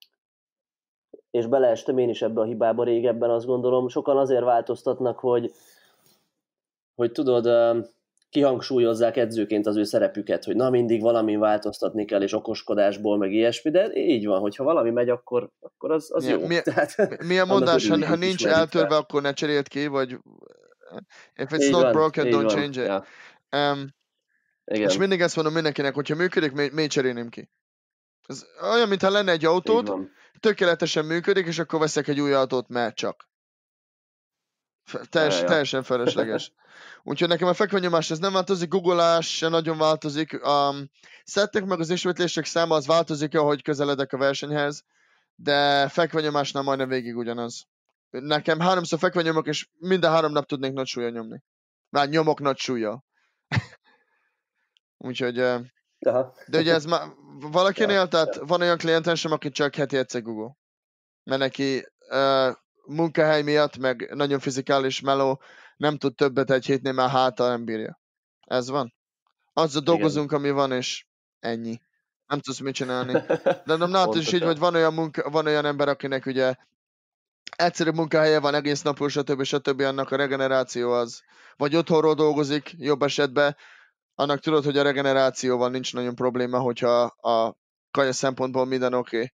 és beleestem én is ebbe a hibába régebben, azt gondolom, sokan azért változtatnak, hogy hogy tudod, kihangsúlyozzák edzőként az ő szerepüket, hogy na mindig valami változtatni kell, és okoskodásból, meg ilyesmi, de így van, hogyha valami megy, akkor, akkor az, az mi, jó. Mi, Tehát, mi a mondás, ha, ha nincs eltörve, fel. Akkor ne cseréld ki, vagy if it's így not van, broken, don't van. change it. Ja. Um, és mindig ezt mondom mindenkinek, hogyha működik, miért mi cserélném ki? Ez olyan, mintha lenne egy autód, tökéletesen működik, és akkor veszek egy új autót, mert csak. Teljes, Ja, ja. teljesen felesleges. Úgyhogy nekem a fekvenyomás ez nem változik, googolás se nagyon változik. Um, Szettek meg az ismétlések száma az változik, ahogy közeledek a versenyhez, de fekvenyomásnál majdnem végig ugyanaz. Nekem háromszor fekvenyomok, és minden három nap tudnék nagy súlya nyomni. Már nyomok nagy súlya. Úgyhogy... Uh, Aha. de ugye ez már valakinél, Ja, tehát ja. van olyan klientensem, aki csak heti egyszer Google. Mert neki uh, munkahely miatt, meg nagyon fizikális meló, nem tud többet egy hétnél, már háta nem bírja. Ez van. Azzal dolgozunk, ami van, és ennyi. Nem tudsz mit csinálni. De nem nálad is így, hogy van olyan, munka, van olyan ember, akinek ugye egyszerű munkahelye van egész napos, stb. stb. Annak a regeneráció az, vagy otthonról dolgozik, jobb esetben, annak tudod, hogy a regenerációval nincs nagyon probléma, hogyha a kaja szempontból minden oké. Okay.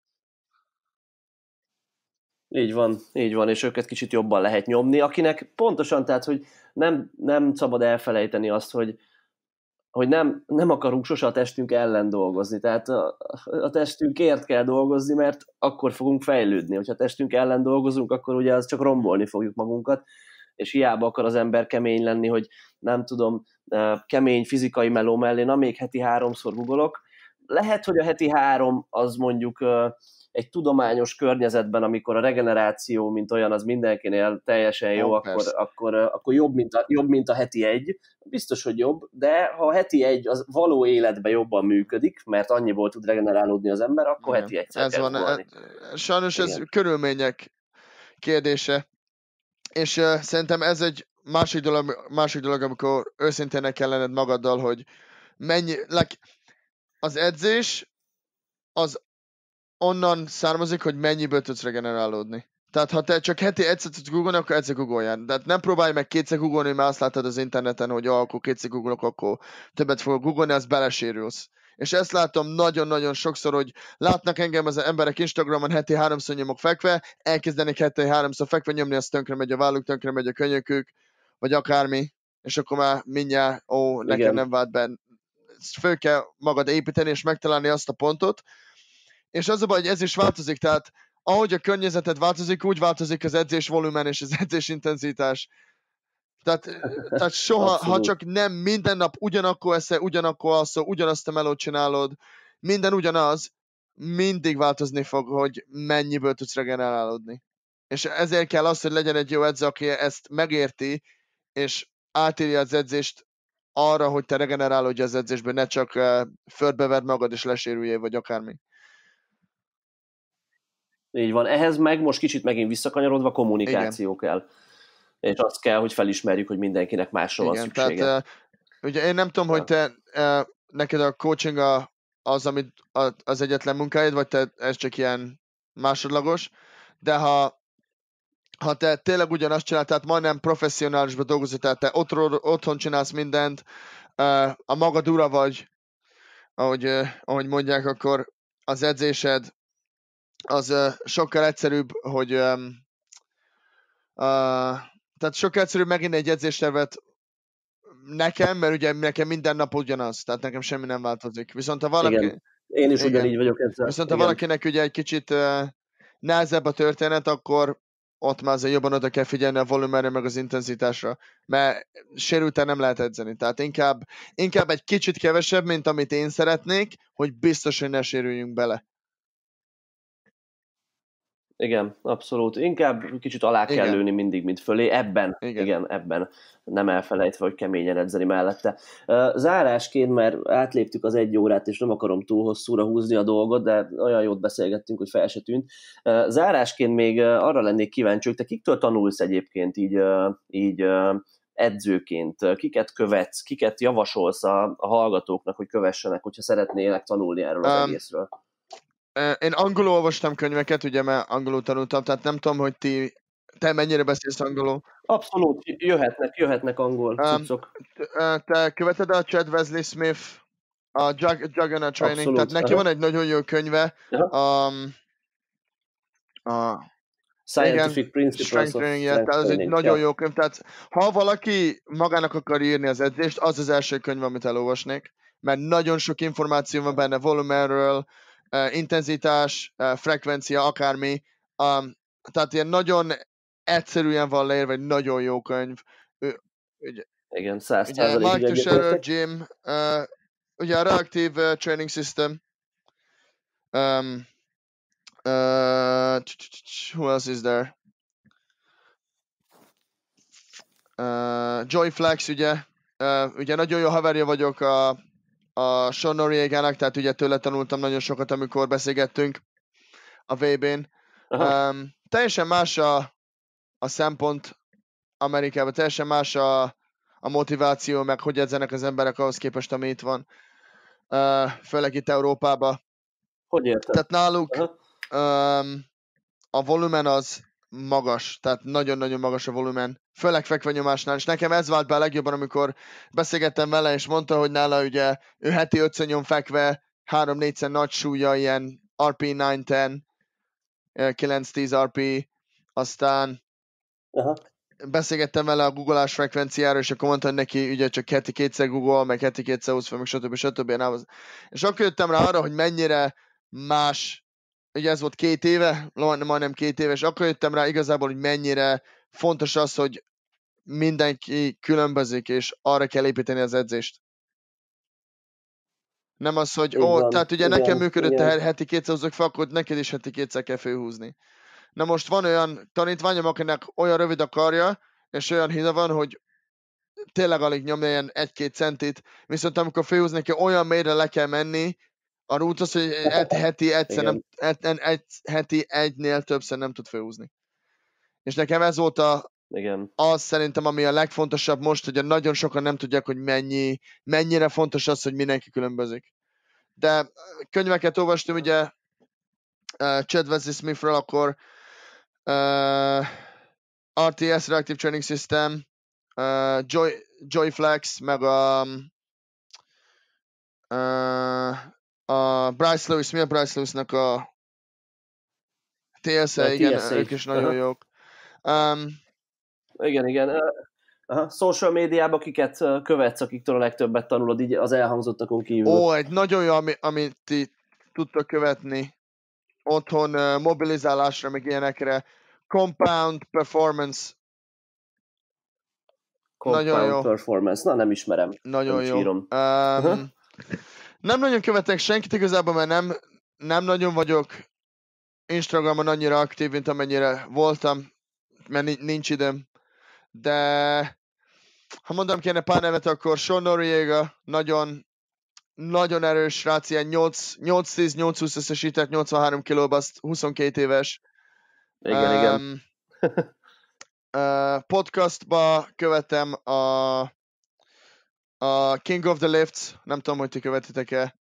Így van, így van, és őket kicsit jobban lehet nyomni, akinek pontosan, tehát, hogy nem, nem szabad elfelejteni azt, hogy, hogy nem, nem akarunk sose a testünk ellen dolgozni, tehát a, a testünkért kell dolgozni, mert akkor fogunk fejlődni. Hogyha a testünk ellen dolgozunk, akkor ugye az csak rombolni fogjuk magunkat, és hiába akar az ember kemény lenni, hogy nem tudom, kemény fizikai meló mellé, na még heti háromszor googolok. Lehet, hogy a heti három az mondjuk egy tudományos környezetben, amikor a regeneráció, mint olyan, az mindenkinél teljesen jó, Oh, akkor, akkor, akkor jobb, mint a, jobb, mint a heti egy. Biztos, hogy jobb, de ha a heti egy az való életben jobban működik, mert annyiból tud regenerálódni az ember, akkor igen. heti egyszer ez kell van, googolni. Sajnos Igen. ez körülmények kérdése. És uh, szerintem ez egy másik dolog, másik dolog, amikor őszintének kell lenned magaddal, hogy mennyi, like, az edzés az onnan származik, hogy mennyiből tudsz regenerálódni. Tehát ha te csak heti egyszer tudsz googolni, akkor egyszer googoljál. Tehát nem próbálj meg kétszer googolni, mert azt láttad az interneten, hogy ah, akkor kétszer googolok, akkor többet fogok googolni, az belesérülsz. És ezt látom nagyon-nagyon sokszor, hogy látnak engem az emberek Instagramon, heti háromszor nyomok fekve, elkezdenek heti háromszor fekve nyomni, az tönkre megy a válluk, tönkre megy a könyökük, vagy akármi, és akkor már mindjárt, ó, nekem Igen. nem vált be. Föl kell magad építeni, és megtalálni azt a pontot, és az a baj, hogy ez is változik, tehát ahogy a környezeted változik, úgy változik az edzés volumen és az edzés intenzitás. Tehát, tehát soha, Abszolút. ha csak nem minden nap ugyanakkor eszel, ugyanakkor alszol, ugyanazt a melót csinálod, minden ugyanaz, mindig változni fog, hogy mennyiből tudsz regenerálódni. És ezért kell az, hogy legyen egy jó edző, aki ezt megérti, és átírja az edzést arra, hogy te regenerálódj az edzésből, ne csak uh, földbeverd magad és lesérüljél, vagy akármi. Így van. Ehhez meg most kicsit megint visszakanyarodva kommunikáció Igen. kell. És azt kell, hogy felismerjük, hogy mindenkinek másra van szüksége. Tehát, uh, ugye én nem tudom, ja. hogy te, uh, neked a coaching a, az, amit a, az egyetlen munkáid, vagy te ez csak ilyen másodlagos, de ha ha te tényleg ugyanazt csinál, tehát majdnem professzionálisban dolgozol, tehát te otthon, otthon csinálsz mindent, uh, a magad ura vagy, ahogy, uh, ahogy mondják, akkor az edzésed az uh, sokkal egyszerűbb, hogy um, uh, tehát sokkal egyszerűbb megint egy edzéstervet nekem, mert ugye nekem minden nap ugyanaz, tehát nekem semmi nem változik. Viszont ha valaki... Igen. Én is ugyanígy vagyok ezzel. Viszont ha Igen. valakinek ugye egy kicsit uh, nehezebb a történet, akkor ott már azért jobban oda kell figyelni a volumenre, meg az intenzitásra, mert sérülten nem lehet edzeni. Tehát inkább, inkább egy kicsit kevesebb, mint amit én szeretnék, hogy biztos, hogy ne sérüljünk bele. Igen, abszolút. Inkább kicsit alá kell Igen. lőni mindig, mint fölé. Ebben, igen. igen, ebben nem elfelejtve, hogy keményen edzeni mellette. Zárásként, mert átléptük az egy órát, és nem akarom túl hosszúra húzni a dolgot, de olyan jót beszélgettünk, hogy fel se tűnt. Zárásként még arra lennék kíváncsi, hogy te kiktől tanulsz egyébként így, így edzőként? Kiket követsz, kiket javasolsz a, a hallgatóknak, hogy kövessenek, hogyha szeretnének tanulni erről az um, egészről? Én angolul olvastam könyveket, ugye, mert angolul tanultam, tehát nem tudom, hogy ti, te mennyire beszélsz angolul. Abszolút, jöhetnek, jöhetnek angol cuccok. Um, te követed a Chad Wesley Smith, a Jug- Juggernaut Training, Abszolút, tehát neki aha. van egy nagyon jó könyve, um, a Scientific igen, Principles Strength of Training, Strength tehát ez egy nagyon ja. jó könyv, tehát ha valaki magának akar írni az edzést, az az első könyv, amit elolvasnék, mert nagyon sok információ van benne volumenről, uh, intenzitás, uh, frekvencia, akármi. Um, tehát ilyen nagyon egyszerűen van leírva, egy nagyon jó könyv. Ő, ugye, Igen, száz ugye százalékig Mike Tuchscherer, egyetértek. Jim, uh, ugye a Reactive uh, Training System. Um, uh, who else is there? Uh, Joy Flex, ugye, uh, ugye nagyon jó haverja vagyok a, a Sean Noriegának, tehát ugye tőle tanultam nagyon sokat, amikor beszélgettünk a vé bén. Um, teljesen más a, a szempont Amerikában, teljesen más a, a motiváció, meg hogy edzenek az emberek ahhoz képest, ami itt van. Uh, főleg itt Európában. Hogy érted? Tehát náluk um, a volumen az magas, tehát nagyon-nagyon magas a volumen, főleg fekvenyomásnál, és nekem ez vált be a legjobban, amikor beszélgettem vele, és mondta, hogy nála ugye ő heti ötször nyom fekve, három-négyszer nagy súlya, ilyen er pé kilenc tíz, kilenc-tíz er pé, aztán Aha. beszélgettem vele a googolás frekvenciára, és akkor mondta, hogy neki ugye csak heti kétszer google, meg heti kétszer húsz fel, meg stb. stb. stb. És akkor jöttem rá arra, hogy mennyire más, ugye ez volt két éve, majdnem két éve, és akkor jöttem rá igazából, hogy mennyire fontos az, hogy mindenki különbözik, és arra kell építeni az edzést. Nem az, hogy ó, van, tehát ugye igen, nekem működött igen. a heti kétszer húzok fel, akkor neked is heti kétszer kell főhúzni. Na most van olyan tanítványom, akinek olyan rövid a karja, és olyan hída van, hogy tényleg alig nyomja ilyen egy-két centit, viszont amikor főhúz neki olyan mélyre le kell menni, a rút az, hogy egy heti egyszer nem, egy, egy, heti egynél többször nem tud főhúzni. És nekem ez volt a, igen. az szerintem, ami a legfontosabb most, hogy nagyon sokan nem tudják, hogy mennyi, mennyire fontos az, hogy mindenki különbözik. De könyveket olvastam, ugye uh, Chad Wesley Smithről, akkor uh, er té es, Reactive Training System, uh, Joy, Joy Flex, meg a, uh, a Bryce Lewis, mi a Bryce Lewisnak a té es á, igen, té es á. Ők is nagyon uh-huh. jók. Um, igen, igen. Aha. Social médiában kiket követsz, akiktől a legtöbbet tanulod, így az elhangzottakon kívül? Ó, egy nagyon jó, ami, amit ti tudtok követni otthon uh, mobilizálásra, meg ilyenekre. Compound Performance. Compound nagyon jó. Performance. Na, nem ismerem. Nagyon nem jó. Um, uh-huh. Nem nagyon követek senkit igazából, mert nem, nem nagyon vagyok Instagramon annyira aktív, mint amennyire voltam, mert nincs időm. De ha mondom kéne pár nevet, akkor Sean Noriega, nagyon, nagyon erős srác, ilyen nyolc tíz nyolc húsz összesített, nyolcvanhárom kilóba, azt huszonkét éves. Igen, um, igen. uh, podcastba követem a, a King of the Lifts, nem tudom, hogy ti követitek-e.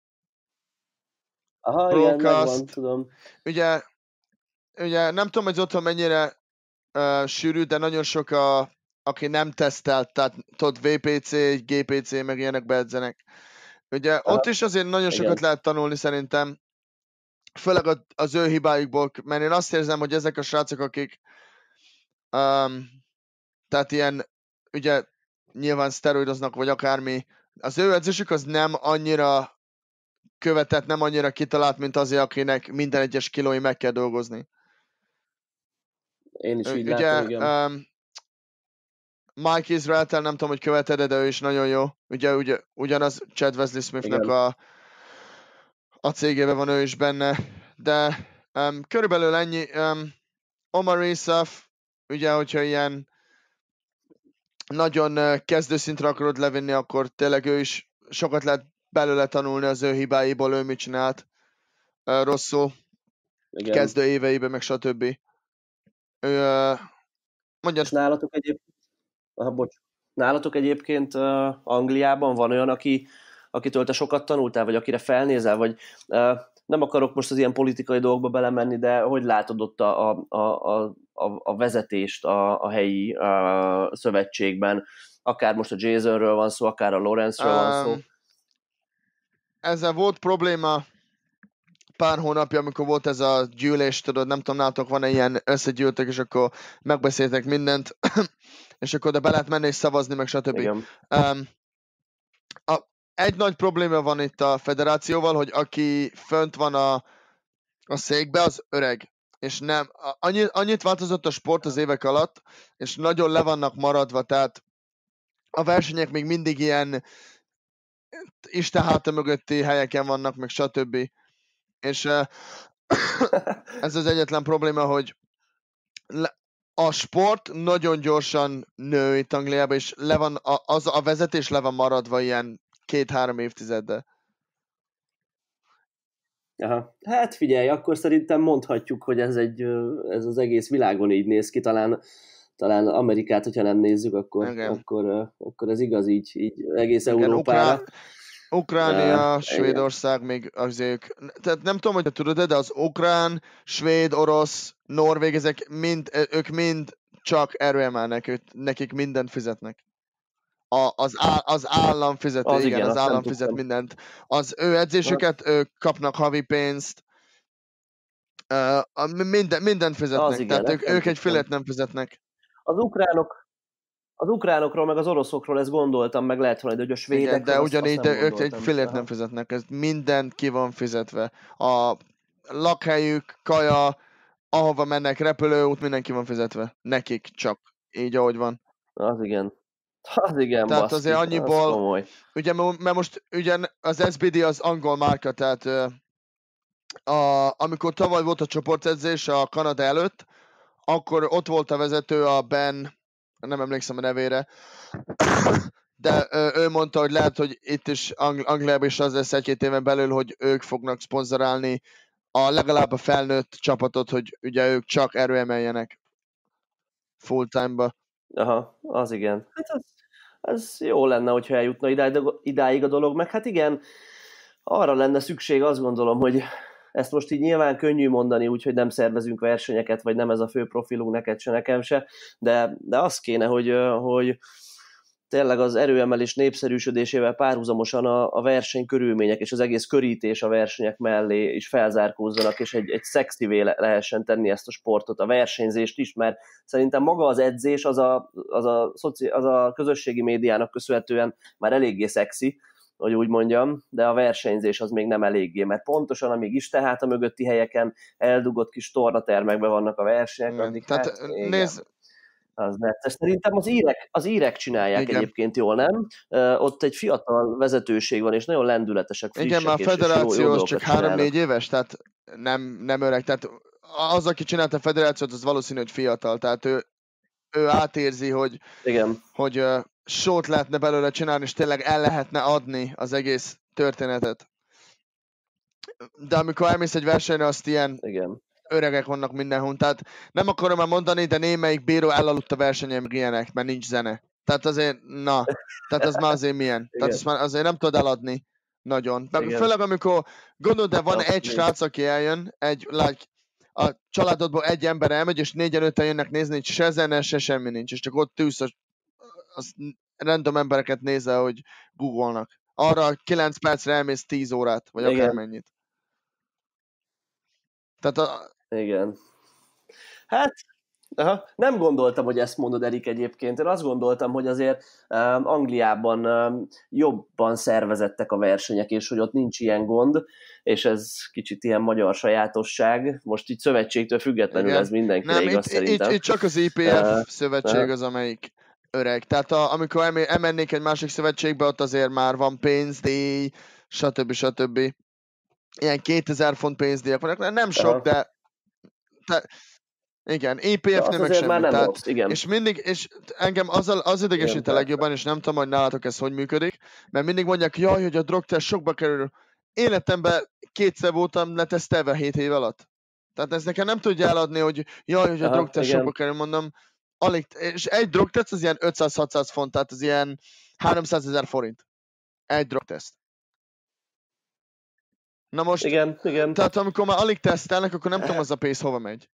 Aha, Broadcast. Igen, megvan, tudom. Ugye, ugye nem tudom, hogy otthon mennyire uh, sűrű, de nagyon sok a, aki nem tesztelt, tehát tudod, vé pé cé, gé pé cé, meg ilyenek beedzenek. Ugye aha, ott is azért nagyon sokat igen. lehet tanulni szerintem, főleg az ő hibáikból, mert én azt érzem, hogy ezek a srácok, akik um, tehát ilyen, ugye nyilván szteroidoznak, vagy akármi, az ő edzésük az nem annyira követett, nem annyira kitalált, mint azért, akinek minden egyes kilói meg kell dolgozni. Én is így ugye, látom, igen. Um, Mike Israel-tel nem tudom, hogy követed, de ő is nagyon jó. Ugye, ugye ugyanaz Chad Wesley Smithnek a, a cégében van ő is benne. De um, körülbelül ennyi. Um, Omar Isaf, ugye, hogyha ilyen nagyon uh, kezdőszintre akarod levinni, akkor tényleg ő is sokat lehet belőle tanulni az ő hibáiból, ő mit csinált uh, rosszul. Igen. Kezdő éveiben, meg stb. Ő, uh, mondja... És nálatok egyébként, aha, bocs. Nálatok egyébként uh, Angliában van olyan, aki, akitől te sokat tanultál, vagy akire felnézel, vagy uh, nem akarok most az ilyen politikai dolgokba belemenni, de hogy látod ott a, a, a, a, a vezetést a, a helyi a szövetségben, akár most a Jasonről van szó, akár a Lawrence-ről um, van szó? Ezzel volt probléma pár hónapja, amikor volt ez a gyűlés, tudod, nem tudom, nálatok van-e ilyen, összegyűltek, és akkor megbeszéltek mindent, és akkor oda be lehet menni és szavazni, meg stb. Um, a, egy nagy probléma van itt a federációval, hogy aki fönt van a a székbe, az öreg. És nem, annyit, annyit változott a sport az évek alatt, és nagyon le vannak maradva, tehát a versenyek még mindig ilyen Isten háta mögötti helyeken vannak, meg stb. És ez az egyetlen probléma, hogy a sport nagyon gyorsan nő itt Angliában, és le van, az, a vezetés le van maradva ilyen két-három évtizeddel. Aha. Hát figyelj, akkor szerintem mondhatjuk, hogy ez, egy, ez az egész világon így néz ki, talán, talán Amerikát, hogyha nem nézzük, akkor, akkor, akkor ez igaz így, így egész igen, Európára. Ukrán, Ukránia, uh, Svédország még az ők, tehát nem tudom, hogy tudod, de az ukrán, svéd, orosz, norvég, ezek mind, ők mind csak erőemelnek, ők, nekik mindent fizetnek. A, az, á, az állam fizeti, az igen, igen, az állam fizet tudtam. mindent. Az ő edzésüket, ők kapnak havi pénzt, uh, minden, mindent fizetnek, az tehát igen, ők, ők egy filet nem fizetnek. Az ukránok, az ukránokról, meg az oroszokról ezt gondoltam, meg lehet volna, hogy a svédekről... Igen, de ugyanígy, de ők egy filét nem fizetnek, ez mindent ki van fizetve. A lakhelyük, kaja, ahova mennek, repülőút, minden ki van fizetve. Nekik csak, így ahogy van. Az igen. Az igen, tehát baszki, azért annyiból, az ugye, mert most ugye az es bé dé az angol márka, tehát a, amikor tavaly volt a csoportedzés a Kanada előtt, akkor ott volt a vezető, a Ben, nem emlékszem a nevére, de ő, ő mondta, hogy lehet, hogy itt is Angl- Angliában is az lesz egy-két éven belül, hogy ők fognak szponzorálni a legalább a felnőtt csapatot, hogy ugye ők csak erőemeljenek full time-ba. Aha, az igen. Hát az, az jó lenne, hogyha eljutna idáig, idáig a dolog, meg hát igen, arra lenne szükség, azt gondolom, hogy ezt most így nyilván könnyű mondani, úgyhogy nem szervezünk versenyeket, vagy nem ez a fő profilunk, neked se, nekem se, de, de az kéne, hogy, hogy tényleg az erőemelés népszerűsödésével párhuzamosan a, a verseny körülmények és az egész körítés a versenyek mellé is felzárkózzanak, és egy, egy szexivé lehessen tenni ezt a sportot, a versenyzést is, mert szerintem maga az edzés az a, az a, az a közösségi médiának köszönhetően már eléggé szexi, hogy úgy mondjam, de a versenyzés az még nem eléggé, mert pontosan amíg Isten háta mögötti helyeken eldugott kis tornatermekben vannak a versenyek, addig tehát, hát, nézd, az necces. Szerintem az írek, az írek csinálják igen. Egyébként jól, nem? Uh, ott egy fiatal vezetőség van, és nagyon lendületesek, frissek. Igen, már a federáció az csak három-négy éves, tehát nem, nem öreg. Tehát az, aki csinálta a federációt, az valószínű, hogy fiatal. Tehát ő, ő átérzi, hogy, igen. hogy uh, sót lehetne belőle csinálni, és tényleg el lehetne adni az egész történetet. De amikor elmész egy versenyre, azt ilyen... Igen. öregek vannak mindenhol, tehát nem akarom már mondani, de némelyik bíró elaludt a versenyen, meg ilyenek, mert nincs zene. Tehát azért, na, tehát az már azért milyen. Tehát azt már azért nem tudod eladni nagyon. Meg főleg amikor gondolod, de van egy srác, aki eljön, egy, like, a családodból egy ember elmegy, és négyen öten jönnek nézni, hogy se zene, se semmi nincs, és csak ott tűz, az random embereket nézel, hogy googolnak. Arra kilenc percre elmész tíz órát, vagy igen. akármennyit. Tehát a, igen. Hát, aha, nem gondoltam, hogy ezt mondod, Erik, egyébként. Én azt gondoltam, hogy azért um, Angliában um, jobban szervezettek a versenyek, és hogy ott nincs ilyen gond, és ez kicsit ilyen magyar sajátosság. Most így szövetségtől függetlenül igen. Ez mindenkire nem, igaz itt, szerintem. Itt, itt csak az i pé ef uh, szövetség az, amelyik öreg. Tehát a, amikor elmennék egy másik szövetségbe, ott azért már van pénzdíj, stb. stb. Ilyen kétezer font pénzdíjak vannak. Nem sok, uh-huh. de... Te, igen, i pé ef-nél meg semmi. Már nem tehát, rossz, igen. És mindig, és engem az, az idegesít a legjobban, és nem tudom, hogy nálatok ez hogy működik, mert mindig mondják, jaj, hogy a drogtest sokba kerül. Életemben kétszer voltam letesztelve hét év alatt. Tehát ezt nekem nem tudja eladni, hogy jaj, hogy a drogtest sokba kerül, mondom, alig, és egy drogtest az ilyen ötszáz-hatszáz font, tehát az ilyen háromszázezer forint. Egy drogtest. Na most, igen, igen. tehát amikor már alig tesztelnek, akkor nem tudom, az a pénz hova megy.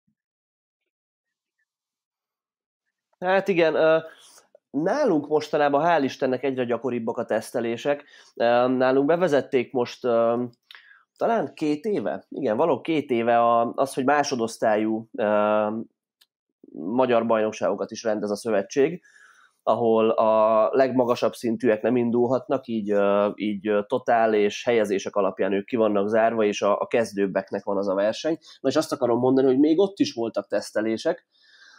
Hát igen, nálunk mostanában hál' Istennek egyre gyakoribbak a tesztelések. Nálunk bevezették most talán két éve, igen, való két éve az, hogy másodosztályú magyar bajnokságokat is rendez a szövetség, ahol a legmagasabb szintűek nem indulhatnak, így, így totál és helyezések alapján ők ki vannak zárva, és a, a kezdőbbeknek van az a verseny. Na és azt akarom mondani, hogy még ott is voltak tesztelések.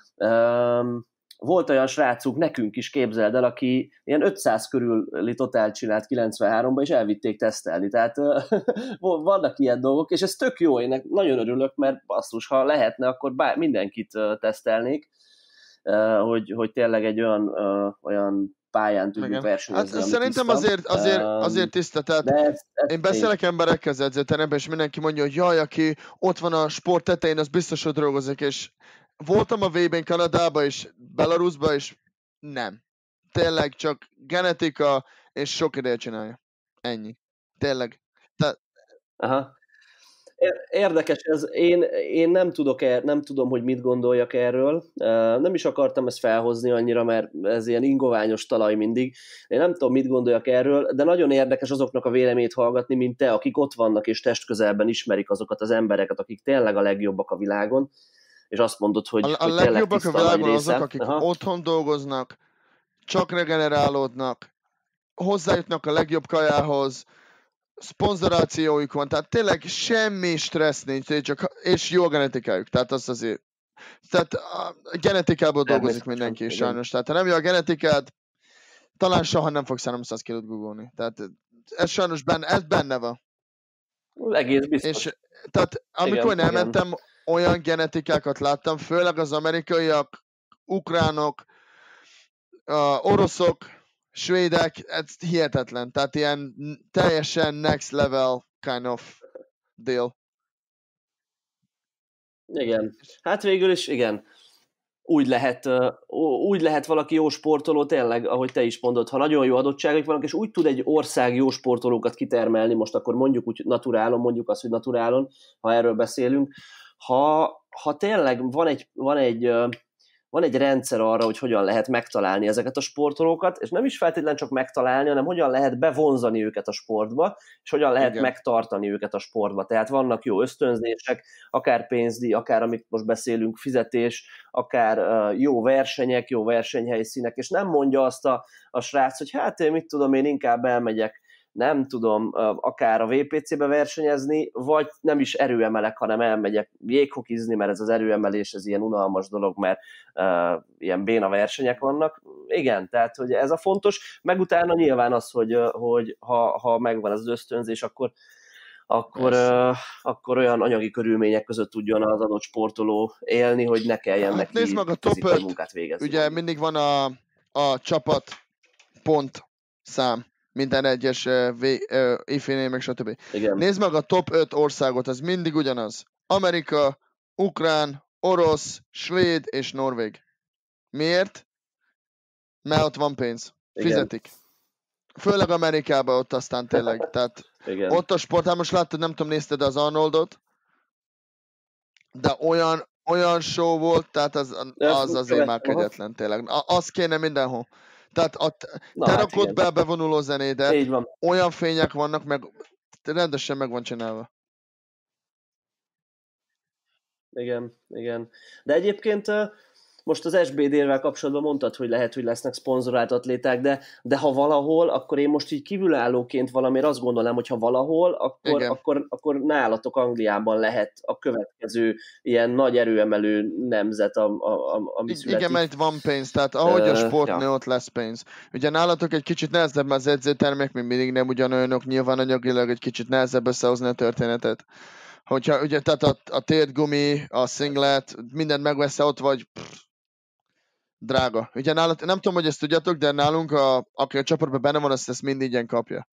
Volt olyan srácuk, nekünk is, képzeld el, aki ilyen ötszáz körüli totál csinált kilencvenháromba, és elvitték tesztelni. Tehát vannak ilyen dolgok, és ez tök jó, én nagyon örülök, mert basszus, ha lehetne, akkor bár, mindenkit tesztelnék, hogy, hogy tényleg egy olyan, olyan pályán tudjuk versenyezni. Hát szerintem tiszta. azért, azért, azért tiszta, tehát ez, ez én beszélek én... emberekkel az edzőteremben, és mindenki mondja, hogy jaj, aki ott van a sport tetején, az biztos, hogy dolgozik, és voltam a vé bén Kanadában és Belarusban, és nem. Tényleg csak genetika és sok ideje csinálja. Ennyi. Tényleg. Te... Aha. Érdekes ez. Én, én nem, tudok er, nem tudom, hogy mit gondoljak erről. Nem is akartam ezt felhozni annyira, mert ez ilyen ingoványos talaj mindig. Én nem tudom, mit gondoljak erről, de nagyon érdekes azoknak a véleményét hallgatni, mint te, akik ott vannak és testközelben ismerik azokat az embereket, akik tényleg a legjobbak a világon, és azt mondod, hogy, a, hogy a legjobbak a világon azok, akik Aha. otthon dolgoznak, csak regenerálódnak, hozzájutnak a legjobb kajához, szponzorációjuk van, tehát tényleg semmi stressz nincs, csak, és jó a genetikájuk, tehát az azért, tehát a genetikából dolgozik mindenki is sajnos, tehát ha nem jó a genetikád, talán soha nem fogsz háromszáz kilót googolni, tehát ez sajnos benne, ez benne van. Egész biztos. És, tehát amikor igen, én elmentem, igen. olyan genetikákat láttam, főleg az amerikaiak, ukránok, uh, oroszok, svédek, ez hihetetlen. Tehát ilyen teljesen next level kind of deal. Igen. Hát végül is, igen. Úgy lehet, úgy lehet valaki jó sportoló, tényleg, ahogy te is mondod, ha nagyon jó adottságok vannak, és úgy tud egy ország jó sportolókat kitermelni, most akkor mondjuk úgy naturálon, mondjuk azt, hogy naturálon, ha erről beszélünk, ha, ha tényleg van egy, van egy van egy rendszer arra, hogy hogyan lehet megtalálni ezeket a sportolókat, és nem is feltétlenül csak megtalálni, hanem hogyan lehet bevonzani őket a sportba, és hogyan lehet Igen. megtartani őket a sportba. Tehát vannak jó ösztönzések, akár pénzdíj, akár amit most beszélünk, fizetés, akár uh, jó versenyek, jó versenyhelyszínek, és nem mondja azt a, a srác, hogy hát én mit tudom, én inkább elmegyek, nem tudom, akár a vé pé cé-be versenyezni, vagy nem is erőemelek, hanem elmegyek jéghokizni, mert ez az erőemelés, ez ilyen unalmas dolog, mert uh, ilyen béna versenyek vannak. Igen, tehát hogy ez a fontos, meg utána nyilván az, hogy, hogy ha, ha megvan az ösztönzés, akkor, akkor, uh, akkor olyan anyagi körülmények között tudjon az adott sportoló élni, hogy ne kelljen hát neki meg a top munkát végezni. Ugye mindig van a, a csapat pont szám. Minden egyes uh, uh, ifénél, meg stb. Igen. Nézd meg a top öt országot, az mindig ugyanaz. Amerika, Ukrán, orosz, svéd és norvég. Miért? Mert ott van pénz. Fizetik. Igen. Főleg Amerikában ott aztán tényleg. Tehát Igen. ott a sport, hát most láttad, nem tudom, nézted az Arnoldot, de olyan, olyan show volt, tehát az, az azért már kegyetlen tényleg. Az kéne mindenhol. Tehát a, Na, te hát rakod be a bevonuló zenédet, olyan fények vannak, meg rendesen meg van csinálva. Igen, igen. De egyébként most az es bé dé-vel kapcsolatban mondtad, hogy lehet, hogy lesznek szponzorált atléták, de, de ha valahol, akkor én most így kívülállóként valamiért azt gondolom, hogy ha valahol, akkor, akkor, akkor nálatok Angliában lehet a következő ilyen nagy erőemelő nemzet, a, a, a, ami születik. Igen, mert van pénz, tehát ahogy a sportnő uh, ott lesz pénz. Ugye nálatok egy kicsit nehezebb az edzőtermek, mint mindig nem ugyanolyanok, nyilván anyagilag egy kicsit nehezebb összehozni a történetet. Hogyha ugye, tehát a, a térdgumi, a singlet, mindent megvesz, ott vagy, pff, drága. Ugye nálunk, nem tudom, hogy ezt tudjátok, de nálunk, a, aki a csoportban benne van, azt ezt mind ingyen kapja.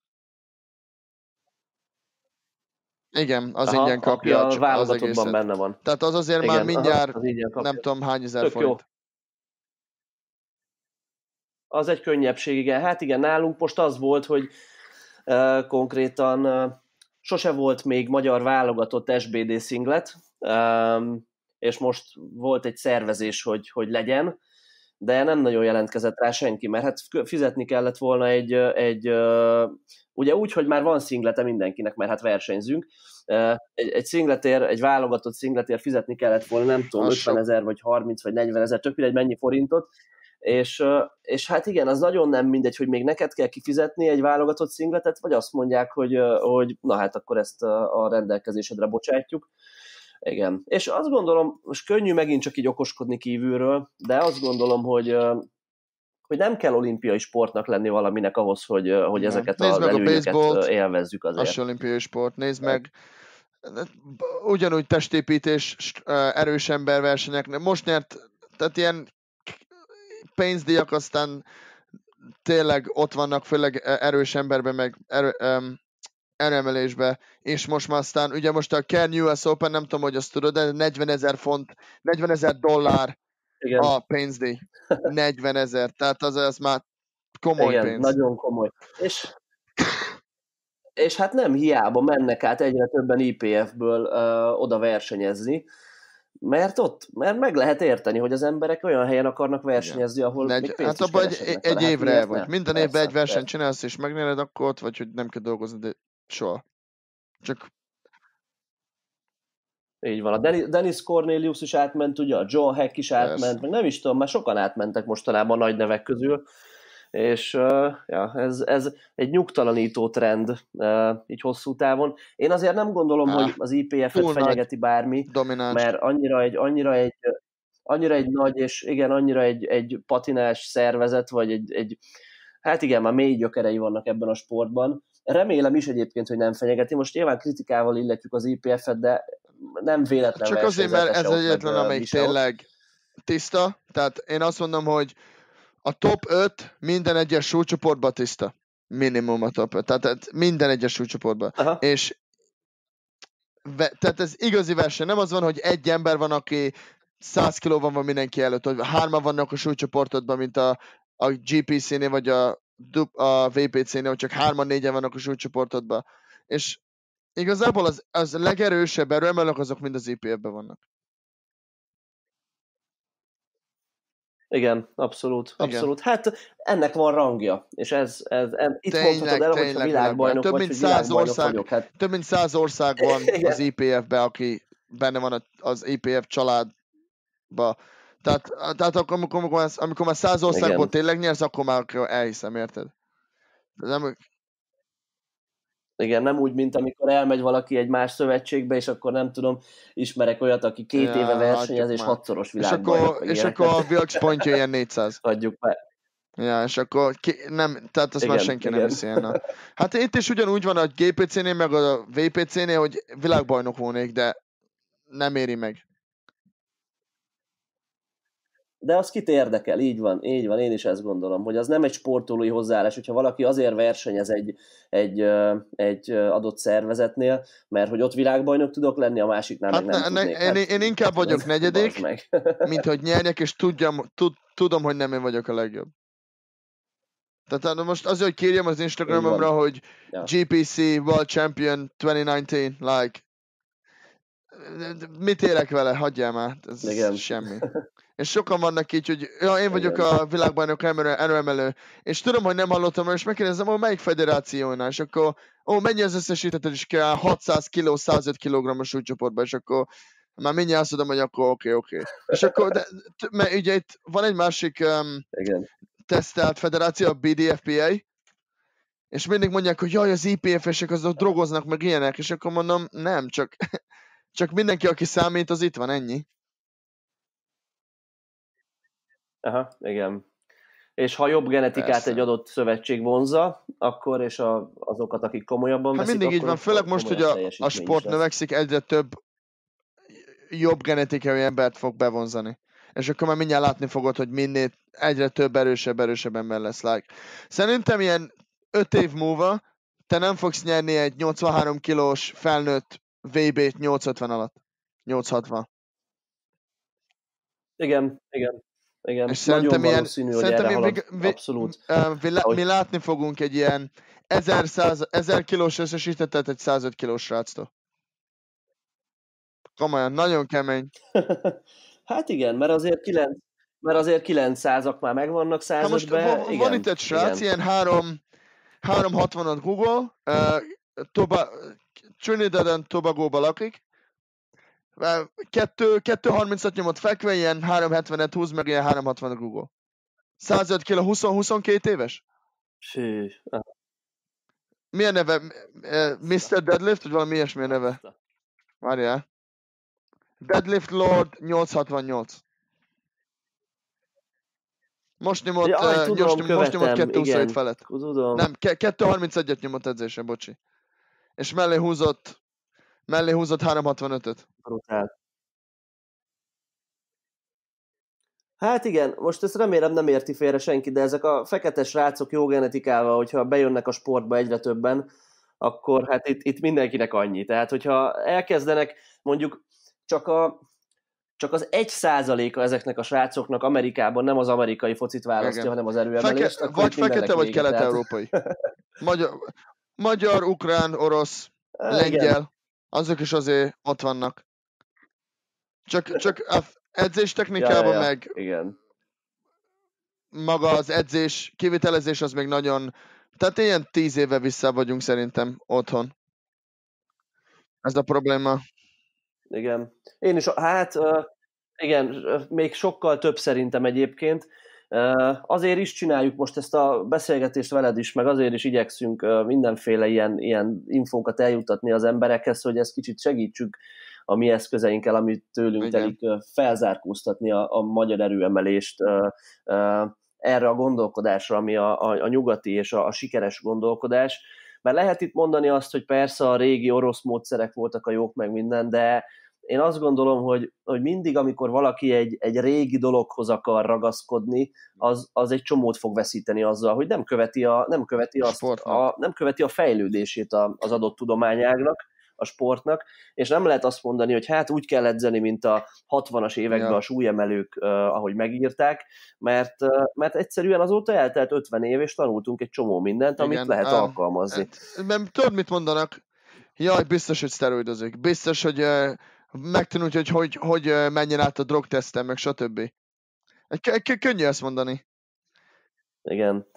Igen, az Aha, ingyen kapja a válogatottban benne van. Tehát az azért Igen, már mindjárt aha, nem tudom hány ezer Tök forint. Jó. Az egy könnyebbség, igen. Hát igen, nálunk most az volt, hogy uh, konkrétan uh, sose volt még magyar válogatott es bé dé szinglet, um, és most volt egy szervezés, hogy, hogy legyen, de nem nagyon jelentkezett rá senki, mert hát fizetni kellett volna egy, egy ugye úgy, hogy már van szinglete mindenkinek, mert hát versenyzünk, egy, egy szingletér, egy válogatott szingletér fizetni kellett volna, nem tudom, ötvenezer vagy harminc vagy negyvenezer, tök mindegy mennyi forintot, És, és hát igen, az nagyon nem mindegy, hogy még neked kell kifizetni egy válogatott szingletet, vagy azt mondják, hogy, hogy na hát akkor ezt a rendelkezésedre bocsátjuk. Igen. És azt gondolom, most könnyű megint csak így okoskodni kívülről, de azt gondolom, hogy, hogy nem kell olimpiai sportnak lenni valaminek ahhoz, hogy, hogy Ja. ezeket Nézd az meg a előnyöket baseballt, élvezzük az azért. se olimpiai sport. Nézd meg, ugyanúgy testépítés, erős emberversenyek. Most nyert, tehát ilyen pénzdíjak, aztán tényleg ott vannak, főleg erős emberben, meg erő, um, erőemelésbe, és most már aztán, ugye most a Cairn u es Open, nem tudom, hogy azt tudod, de negyvenezer font, negyvenezer dollár Igen. a pénzdíj. negyvenezer, tehát az, az már komoly Igen, pénz. nagyon komoly. És, és hát nem hiába mennek át egyre többen i pé ef-ből uh, oda versenyezni, mert ott, mert meg lehet érteni, hogy az emberek olyan helyen akarnak versenyezni, ahol Negy, még pénzt hát is abban egy, kereshetnek egy vele. Hát évre miért vagy. ne? Minden Persze, évben egy versenyt persze. csinálsz, és megnyered, akkor ott vagy, hogy nem kell dolgozni, de soha. Csak Így van. A Dennis, Dennis Cornelius is átment, ugye a John Hack is átment, Persze. meg nem is tudom, már sokan átmentek mostanában a nagy nevek közül, és uh, ja, ez, ez egy nyugtalanító trend uh, így hosszú távon. Én azért nem gondolom, Ah, hogy az i pé ef-et túl fenyegeti bármi, domináns. mert annyira egy, annyira egy annyira egy nagy, és igen, annyira egy, egy patinás szervezet, vagy egy, egy, hát igen, már mély gyökerei vannak ebben a sportban. Remélem is egyébként, hogy nem fenyegeti. Most nyilván kritikával illetjük az i pé ef-et, de nem véletlen Csak azért, mert ez versenyzete ott, egyetlen, meg, uh, amelyik Vise ott. tényleg tiszta. Tehát én azt mondom, hogy a top öt minden egyes súlycsoportban tiszta. Minimum a top öt. Tehát minden egyes súlycsoportban. Aha. És ve, tehát ez igazi verseny. Nem az van, hogy egy ember van, aki száz kilóban van mindenki előtt, hogy hárman vannak a súlycsoportodban, mint a, a gé pé cé-nél, vagy a, a vé pé cé-nél, hogy csak hárman, négyen vannak a súlycsoportodban. És igazából az, az legerősebb erőemelők, azok mind az i pé ef-ben vannak. Igen, abszolút, Igen. abszolút. Hát ennek van rangja, és ez, ez, ez itt Tényleg, mondhatod el, hogyha tényleg világbajnok több vagy, mint hogy száz világbajnok ország, vagyok. Hát több mint száz ország van Igen. az i pé ef-ben, aki benne van az i pé ef családba. Tehát, tehát akkor, amikor, amikor, már, amikor már száz országból Igen. tényleg nyersz, akkor már elhiszem, érted? De nem, Igen, nem úgy, mint amikor elmegy valaki egy más szövetségbe, és akkor nem tudom, ismerek olyat, aki két Ja, éve versenyez, hagyjuk és már. hatszoros és világbajnok. akkor, meg és ilyenek. akkor a Wilks pontja ilyen négyszáz. Hagyjuk már. Ja, és akkor ki, nem, tehát azt Igen, már senki igen. nem hiszi el. Na. Hát itt is ugyanúgy van a gé pé cé-nél, meg a vé pé cé-nél, hogy világbajnok volnék, de nem éri meg. De az kit érdekel, így van, így van, én is ezt gondolom, hogy az nem egy sportolói hozzáállás, hogyha valaki azért versenyez egy, egy, ö, egy ö, adott szervezetnél, mert hogy ott világbajnok tudok lenni, a másiknál Hát meg nem ne, ne, tudnék. én, Hát, én inkább vagyok az- negyedik, bazd meg. mint hogy nyerjek, és tudjam, tud, tudom, hogy nem én vagyok a legjobb. Tehát hát most azért, hogy kérjem az Instagramomra, hogy Ja. gé pé cé World Champion twenty-nineteen, like, mit érek vele? Hagyjál már, ez Igen. semmi. És sokan vannak így, hogy ja, én vagyok Igen. a világbajnok erőemelő, és tudom, hogy nem hallottam, és megkérdezem, hogy melyik federációnál, és akkor, ó, mennyi az összesítetted, és kell hatszáz kiló, száz öt kilogrammos súlycsoportba, és akkor már mindjárt azt tudom, hogy akkor oké, okay, oké. Okay. És akkor, de, mert ugye itt van egy másik um, Igen. tesztelt federáció, a bé dé ef pé á, és mindig mondják, hogy jaj, az i pé ef-esek azok drogoznak, meg ilyenek, és akkor mondom, nem, csak, csak mindenki, aki számít, az itt van, ennyi. Aha, igen. És ha jobb genetikát Persze. egy adott szövetség vonza, akkor, és a, azokat, akik komolyabban Hát veszik, mindig így akkor van, főleg most, hogy a, a teljesítmény is sport lesz. növekszik, egyre több jobb genetikai embert fog bevonzani. És akkor már mindjárt látni fogod, hogy minél egyre több erősebb, erősebb ember lesz. Like. Szerintem ilyen öt év múlva te nem fogsz nyerni egy nyolcvanhárom kilós felnőtt vé bét nyolcszázötven alatt. nyolcszázhatvan. Igen, igen. Igen, És nagyon szerintem ilyen, valószínű, hogy szerintem erre ilyen halad, vi, vi, abszolút. uh, vi, Ahogy- mi látni fogunk egy ilyen ezer kilós összesítettet egy százöt kilós sráctól. Komolyan, nagyon kemény. Hát igen, mert azért kilenc, mert azért kilencszázak már megvannak Hát most százötbe. van, Igen, van itt egy srác, igen. ilyen három, háromszázhatvanat Google, uh, Toba, Trinidad and Tobago-ba lakik, kettő harmincat nyomott fekve, ilyen háromszázhetvenet húz, meg ilyen háromszázhatvan Google. százöt kiló, húsz-huszonkettő éves? Sű. Milyen neve? miszter Deadlift, vagy valami ilyesmi a neve? Várjál. Deadlift Lord nyolcszázhatvannyolc. Most nyomott, Jaj, uh, tudom, most, nyom, most nyomott követem, kettőhuszonhét igen. felett. Tudom. Nem, ke- kettő harmincegyet nyomott edzésen, bocsi. És mellé húzott, mellé húzott három hatvanötöt. Brutál. Hát igen, most ezt remélem nem érti félre senki, de ezek a fekete srácok jó genetikával, hogyha bejönnek a sportba egyre többen, akkor hát itt, itt mindenkinek annyi. Tehát, hogyha elkezdenek mondjuk csak a csak az egy százaléka ezeknek a srácoknak Amerikában nem az amerikai focit választja, Igen. hanem az erőemelést, Feke- akkor vagy itt mindennek fekete, vagy vége, tehát- kelet-európai. Magyar, magyar, ukrán, orosz, Há, lengyel, igen. azok is azért ott vannak. Csak, csak a edzés Ja, technikában ja, ja. meg Igen. maga az edzés, kivitelezés az még nagyon... Tehát ilyen tíz éve vissza vagyunk szerintem otthon. Ez a probléma. Igen. Én is, hát ö, igen, ö, még sokkal több szerintem egyébként. Ö, Azért is csináljuk most ezt a beszélgetést veled is, meg azért is igyekszünk ö, mindenféle ilyen, ilyen infókat eljuttatni az emberekhez, hogy ezt kicsit segítsük a mi eszközeinkkel, amit tőlünk Igen. telik, ö, felzárkóztatni a, a magyar erőemelést ö, ö, erre a gondolkodásra, ami a, a, a nyugati és a, a sikeres gondolkodás. Mert lehet itt mondani azt, hogy persze a régi orosz módszerek voltak a jók, meg minden, de én azt gondolom, hogy, hogy mindig, amikor valaki egy, egy régi dologhoz akar ragaszkodni, az, az egy csomót fog veszíteni azzal, hogy nem követi a, nem követi azt, a, nem követi a fejlődését a, az adott tudományágnak, a sportnak, és nem lehet azt mondani, hogy hát úgy kell edzeni, mint a hatvanas években Ja. a súlyemelők, uh, ahogy megírták, mert, uh, mert egyszerűen azóta eltelt ötven év, és tanultunk egy csomó mindent, amit Igen, lehet um, alkalmazni. Mert tudod, mit mondanak? Jaj, biztos, hogy szteroidozik. Biztos, hogy uh, megtanulja, hogy, hogy hogy uh, menjen át a drogteszten, meg stb. K- k- könnyű ezt mondani. Igen.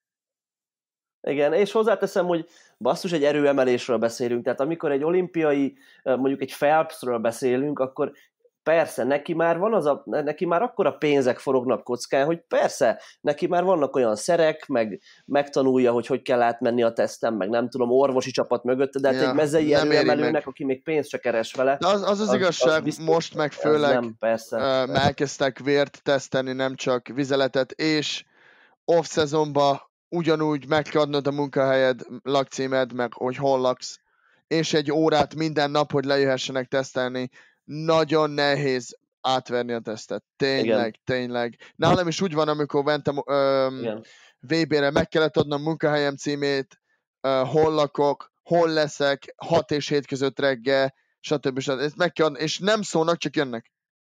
Igen, és hozzáteszem, hogy basszus, egy erőemelésről beszélünk, tehát amikor egy olimpiai, mondjuk egy Phelpsről beszélünk, akkor persze, neki már van az a, neki már akkora pénzek forognak kockán, hogy persze, neki már vannak olyan szerek, meg megtanulja, hogy hogy kell átmenni a teszten, meg nem tudom, orvosi csapat mögötte, de hát Ja, egy mezei nem éri erőemelőnek, meg. aki még pénzt se keres vele. De az az, az, az- igazság, az biztos, most meg ez főleg nem, persze. uh, már elkezdtek vért tesztelni, nem csak vizeletet, és off-szezonban ugyanúgy meg kell adnod a munkahelyed, lakcímed, meg hogy hol laksz, és egy órát minden nap, hogy lejöhessenek tesztelni. Nagyon nehéz átverni a tesztet. Tényleg, Igen. tényleg. Nálam is úgy van, amikor mentem öm, Igen. vé bé-re, meg kellett adnom munkahelyem címét, uh, hol lakok, hol leszek, hat és hét között reggel, stb. stb. Ezt meg kell adni, és nem szólnak, csak jönnek.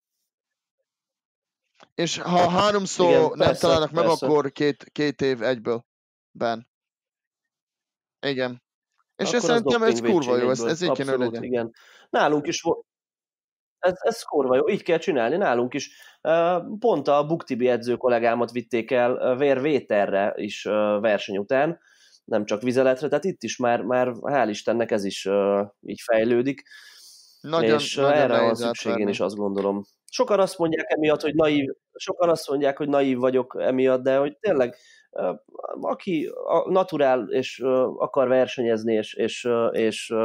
És ha háromszor Igen, nem persze, találnak meg, persze. akkor két, két év egyből. Ben. Igen. És Akkor ez az szerintem ez doping kurva jó, ez, vétségekből. ez így kéne, hogy Abszolút, legyen. igen. Nálunk is volt. Ez, ez kurva jó, így kell csinálni, nálunk is. Pont a Buktibi edző kollégámat vitték el vérvételre is verseny után, nem csak vizeletre, tehát itt is már, már hál' Istennek ez is így fejlődik. Nagyon, és nagyon erre van nehéz szükség, én átverni. is azt gondolom. Sokan azt mondják emiatt, hogy naív, sokan azt mondják, hogy naív vagyok emiatt, de hogy tényleg aki a naturál és akar versenyezni, és, és, és,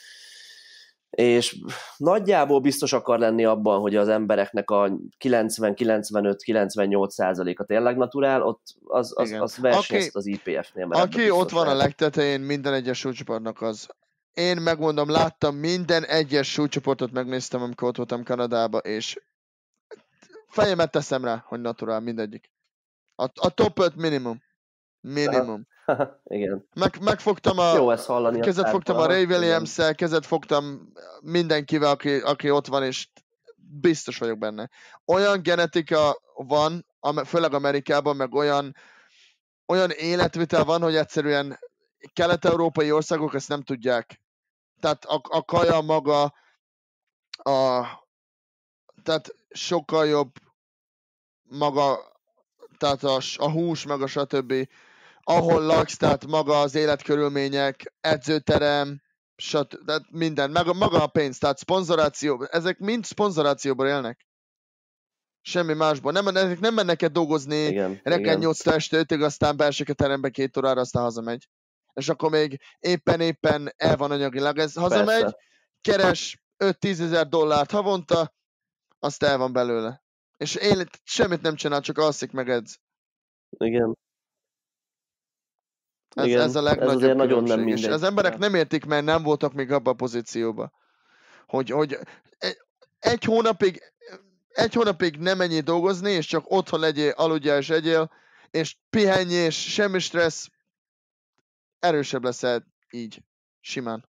és nagyjából biztos akar lenni abban, hogy az embereknek a kilencven-kilencvenöt-kilencvennyolc százaléka tényleg naturál, ott az, az, az versenyezt az i pé ef-nél. Aki ott van a legtetején minden egyes súlycsoportnak, az én megmondom, láttam minden egyes súlycsoportot, megnéztem, amikor ott voltam Kanadába, és fejemet teszem rá, hogy naturál mindegyik. A, a top öt minimum. Minimum. Igen. Meg, megfogtam a... Jó ezt hallani. Kezet fogtam a Ray Williams-szel, kezet fogtam mindenkivel, aki, aki ott van, és biztos vagyok benne. Olyan genetika van, főleg Amerikában, meg olyan, olyan életvitel van, hogy egyszerűen kelet-európai országok ezt nem tudják. Tehát a, a kaja maga, a, tehát sokkal jobb maga, tehát a, a hús, meg a stb. Ahol laksz, tehát maga az életkörülmények, edzőterem, stb. Tehát minden, meg, maga a pénz, tehát szponzoráció, ezek mind szponzorációból élnek. Semmi másból. Nem, nem, nem mennek el dolgozni Igen, reggel igen. nyolctól este ötig, aztán beesik a terembe két órára, aztán hazamegy. És akkor még éppen-éppen el van anyagilag. Ez hazamegy, Persze. keres öt-tízezer dollárt havonta, azt el van belőle. És én semmit nem csinál, csak alszik meg edz. Igen. Ez, Igen. ez a Ez legnagyobb azért nagyon különbség. nem És mindegy. az emberek nem értik, mert nem voltak még abban a pozícióban. Hogy, hogy egy, egy hónapig egy hónapig nem menjél dolgozni, és csak otthon legyél, aludjál és egyél, és pihenj, és semmi stressz, erősebb leszel így, simán.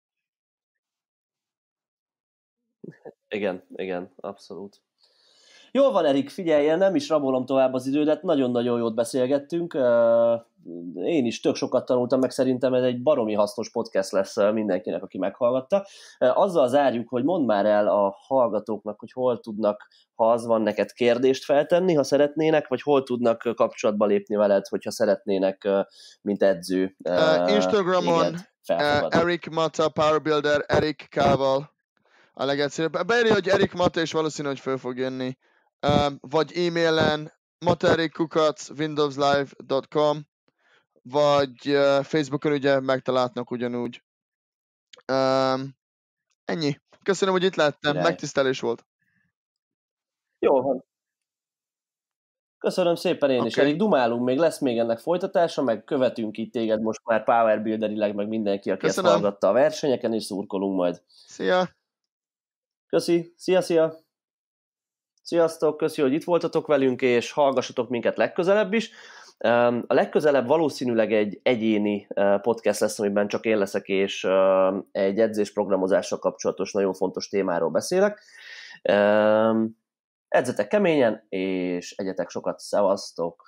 Igen, igen, abszolút. Jól van, Erik, figyelj, nem is rabolom tovább az idődet, nagyon-nagyon jót beszélgettünk. Én is tök sokat tanultam, meg szerintem ez egy baromi hasznos podcast lesz mindenkinek, aki meghallgatta. Azzal zárjuk, hogy mondd már el a hallgatóknak, hogy hol tudnak, ha az van, neked kérdést feltenni, ha szeretnének, vagy hol tudnak kapcsolatba lépni veled, hogyha szeretnének, mint edző. Uh, Instagramon uh, Erik Mata Powerbuilder, Erik Kával a legegyszerűbb. Beírja, hogy Erik Mata, és valószínű, hogy föl fog jönni. Um, vagy e-mailen mataerikkukac windowslive dot com, vagy uh, Facebookon ugye megtalálnak ugyanúgy. Um, ennyi. Köszönöm, hogy itt lettem. Király. Megtisztelés volt. Jó van. Köszönöm szépen én okay. is, Erik. Dumálunk, még lesz még ennek folytatása, meg követünk itt téged most már powerbuilderileg, meg mindenki, aki Köszönöm. Ezt hallgatta a versenyeken, és szurkolunk majd. Szia! Köszi, szia, szia! Sziasztok, köszi, hogy itt voltatok velünk, és hallgassatok minket legközelebb is. A legközelebb valószínűleg egy egyéni podcast lesz, amiben csak én leszek, és egy edzésprogramozással kapcsolatos nagyon fontos témáról beszélek. Edzetek keményen, és egyetek sokat, szevasztok!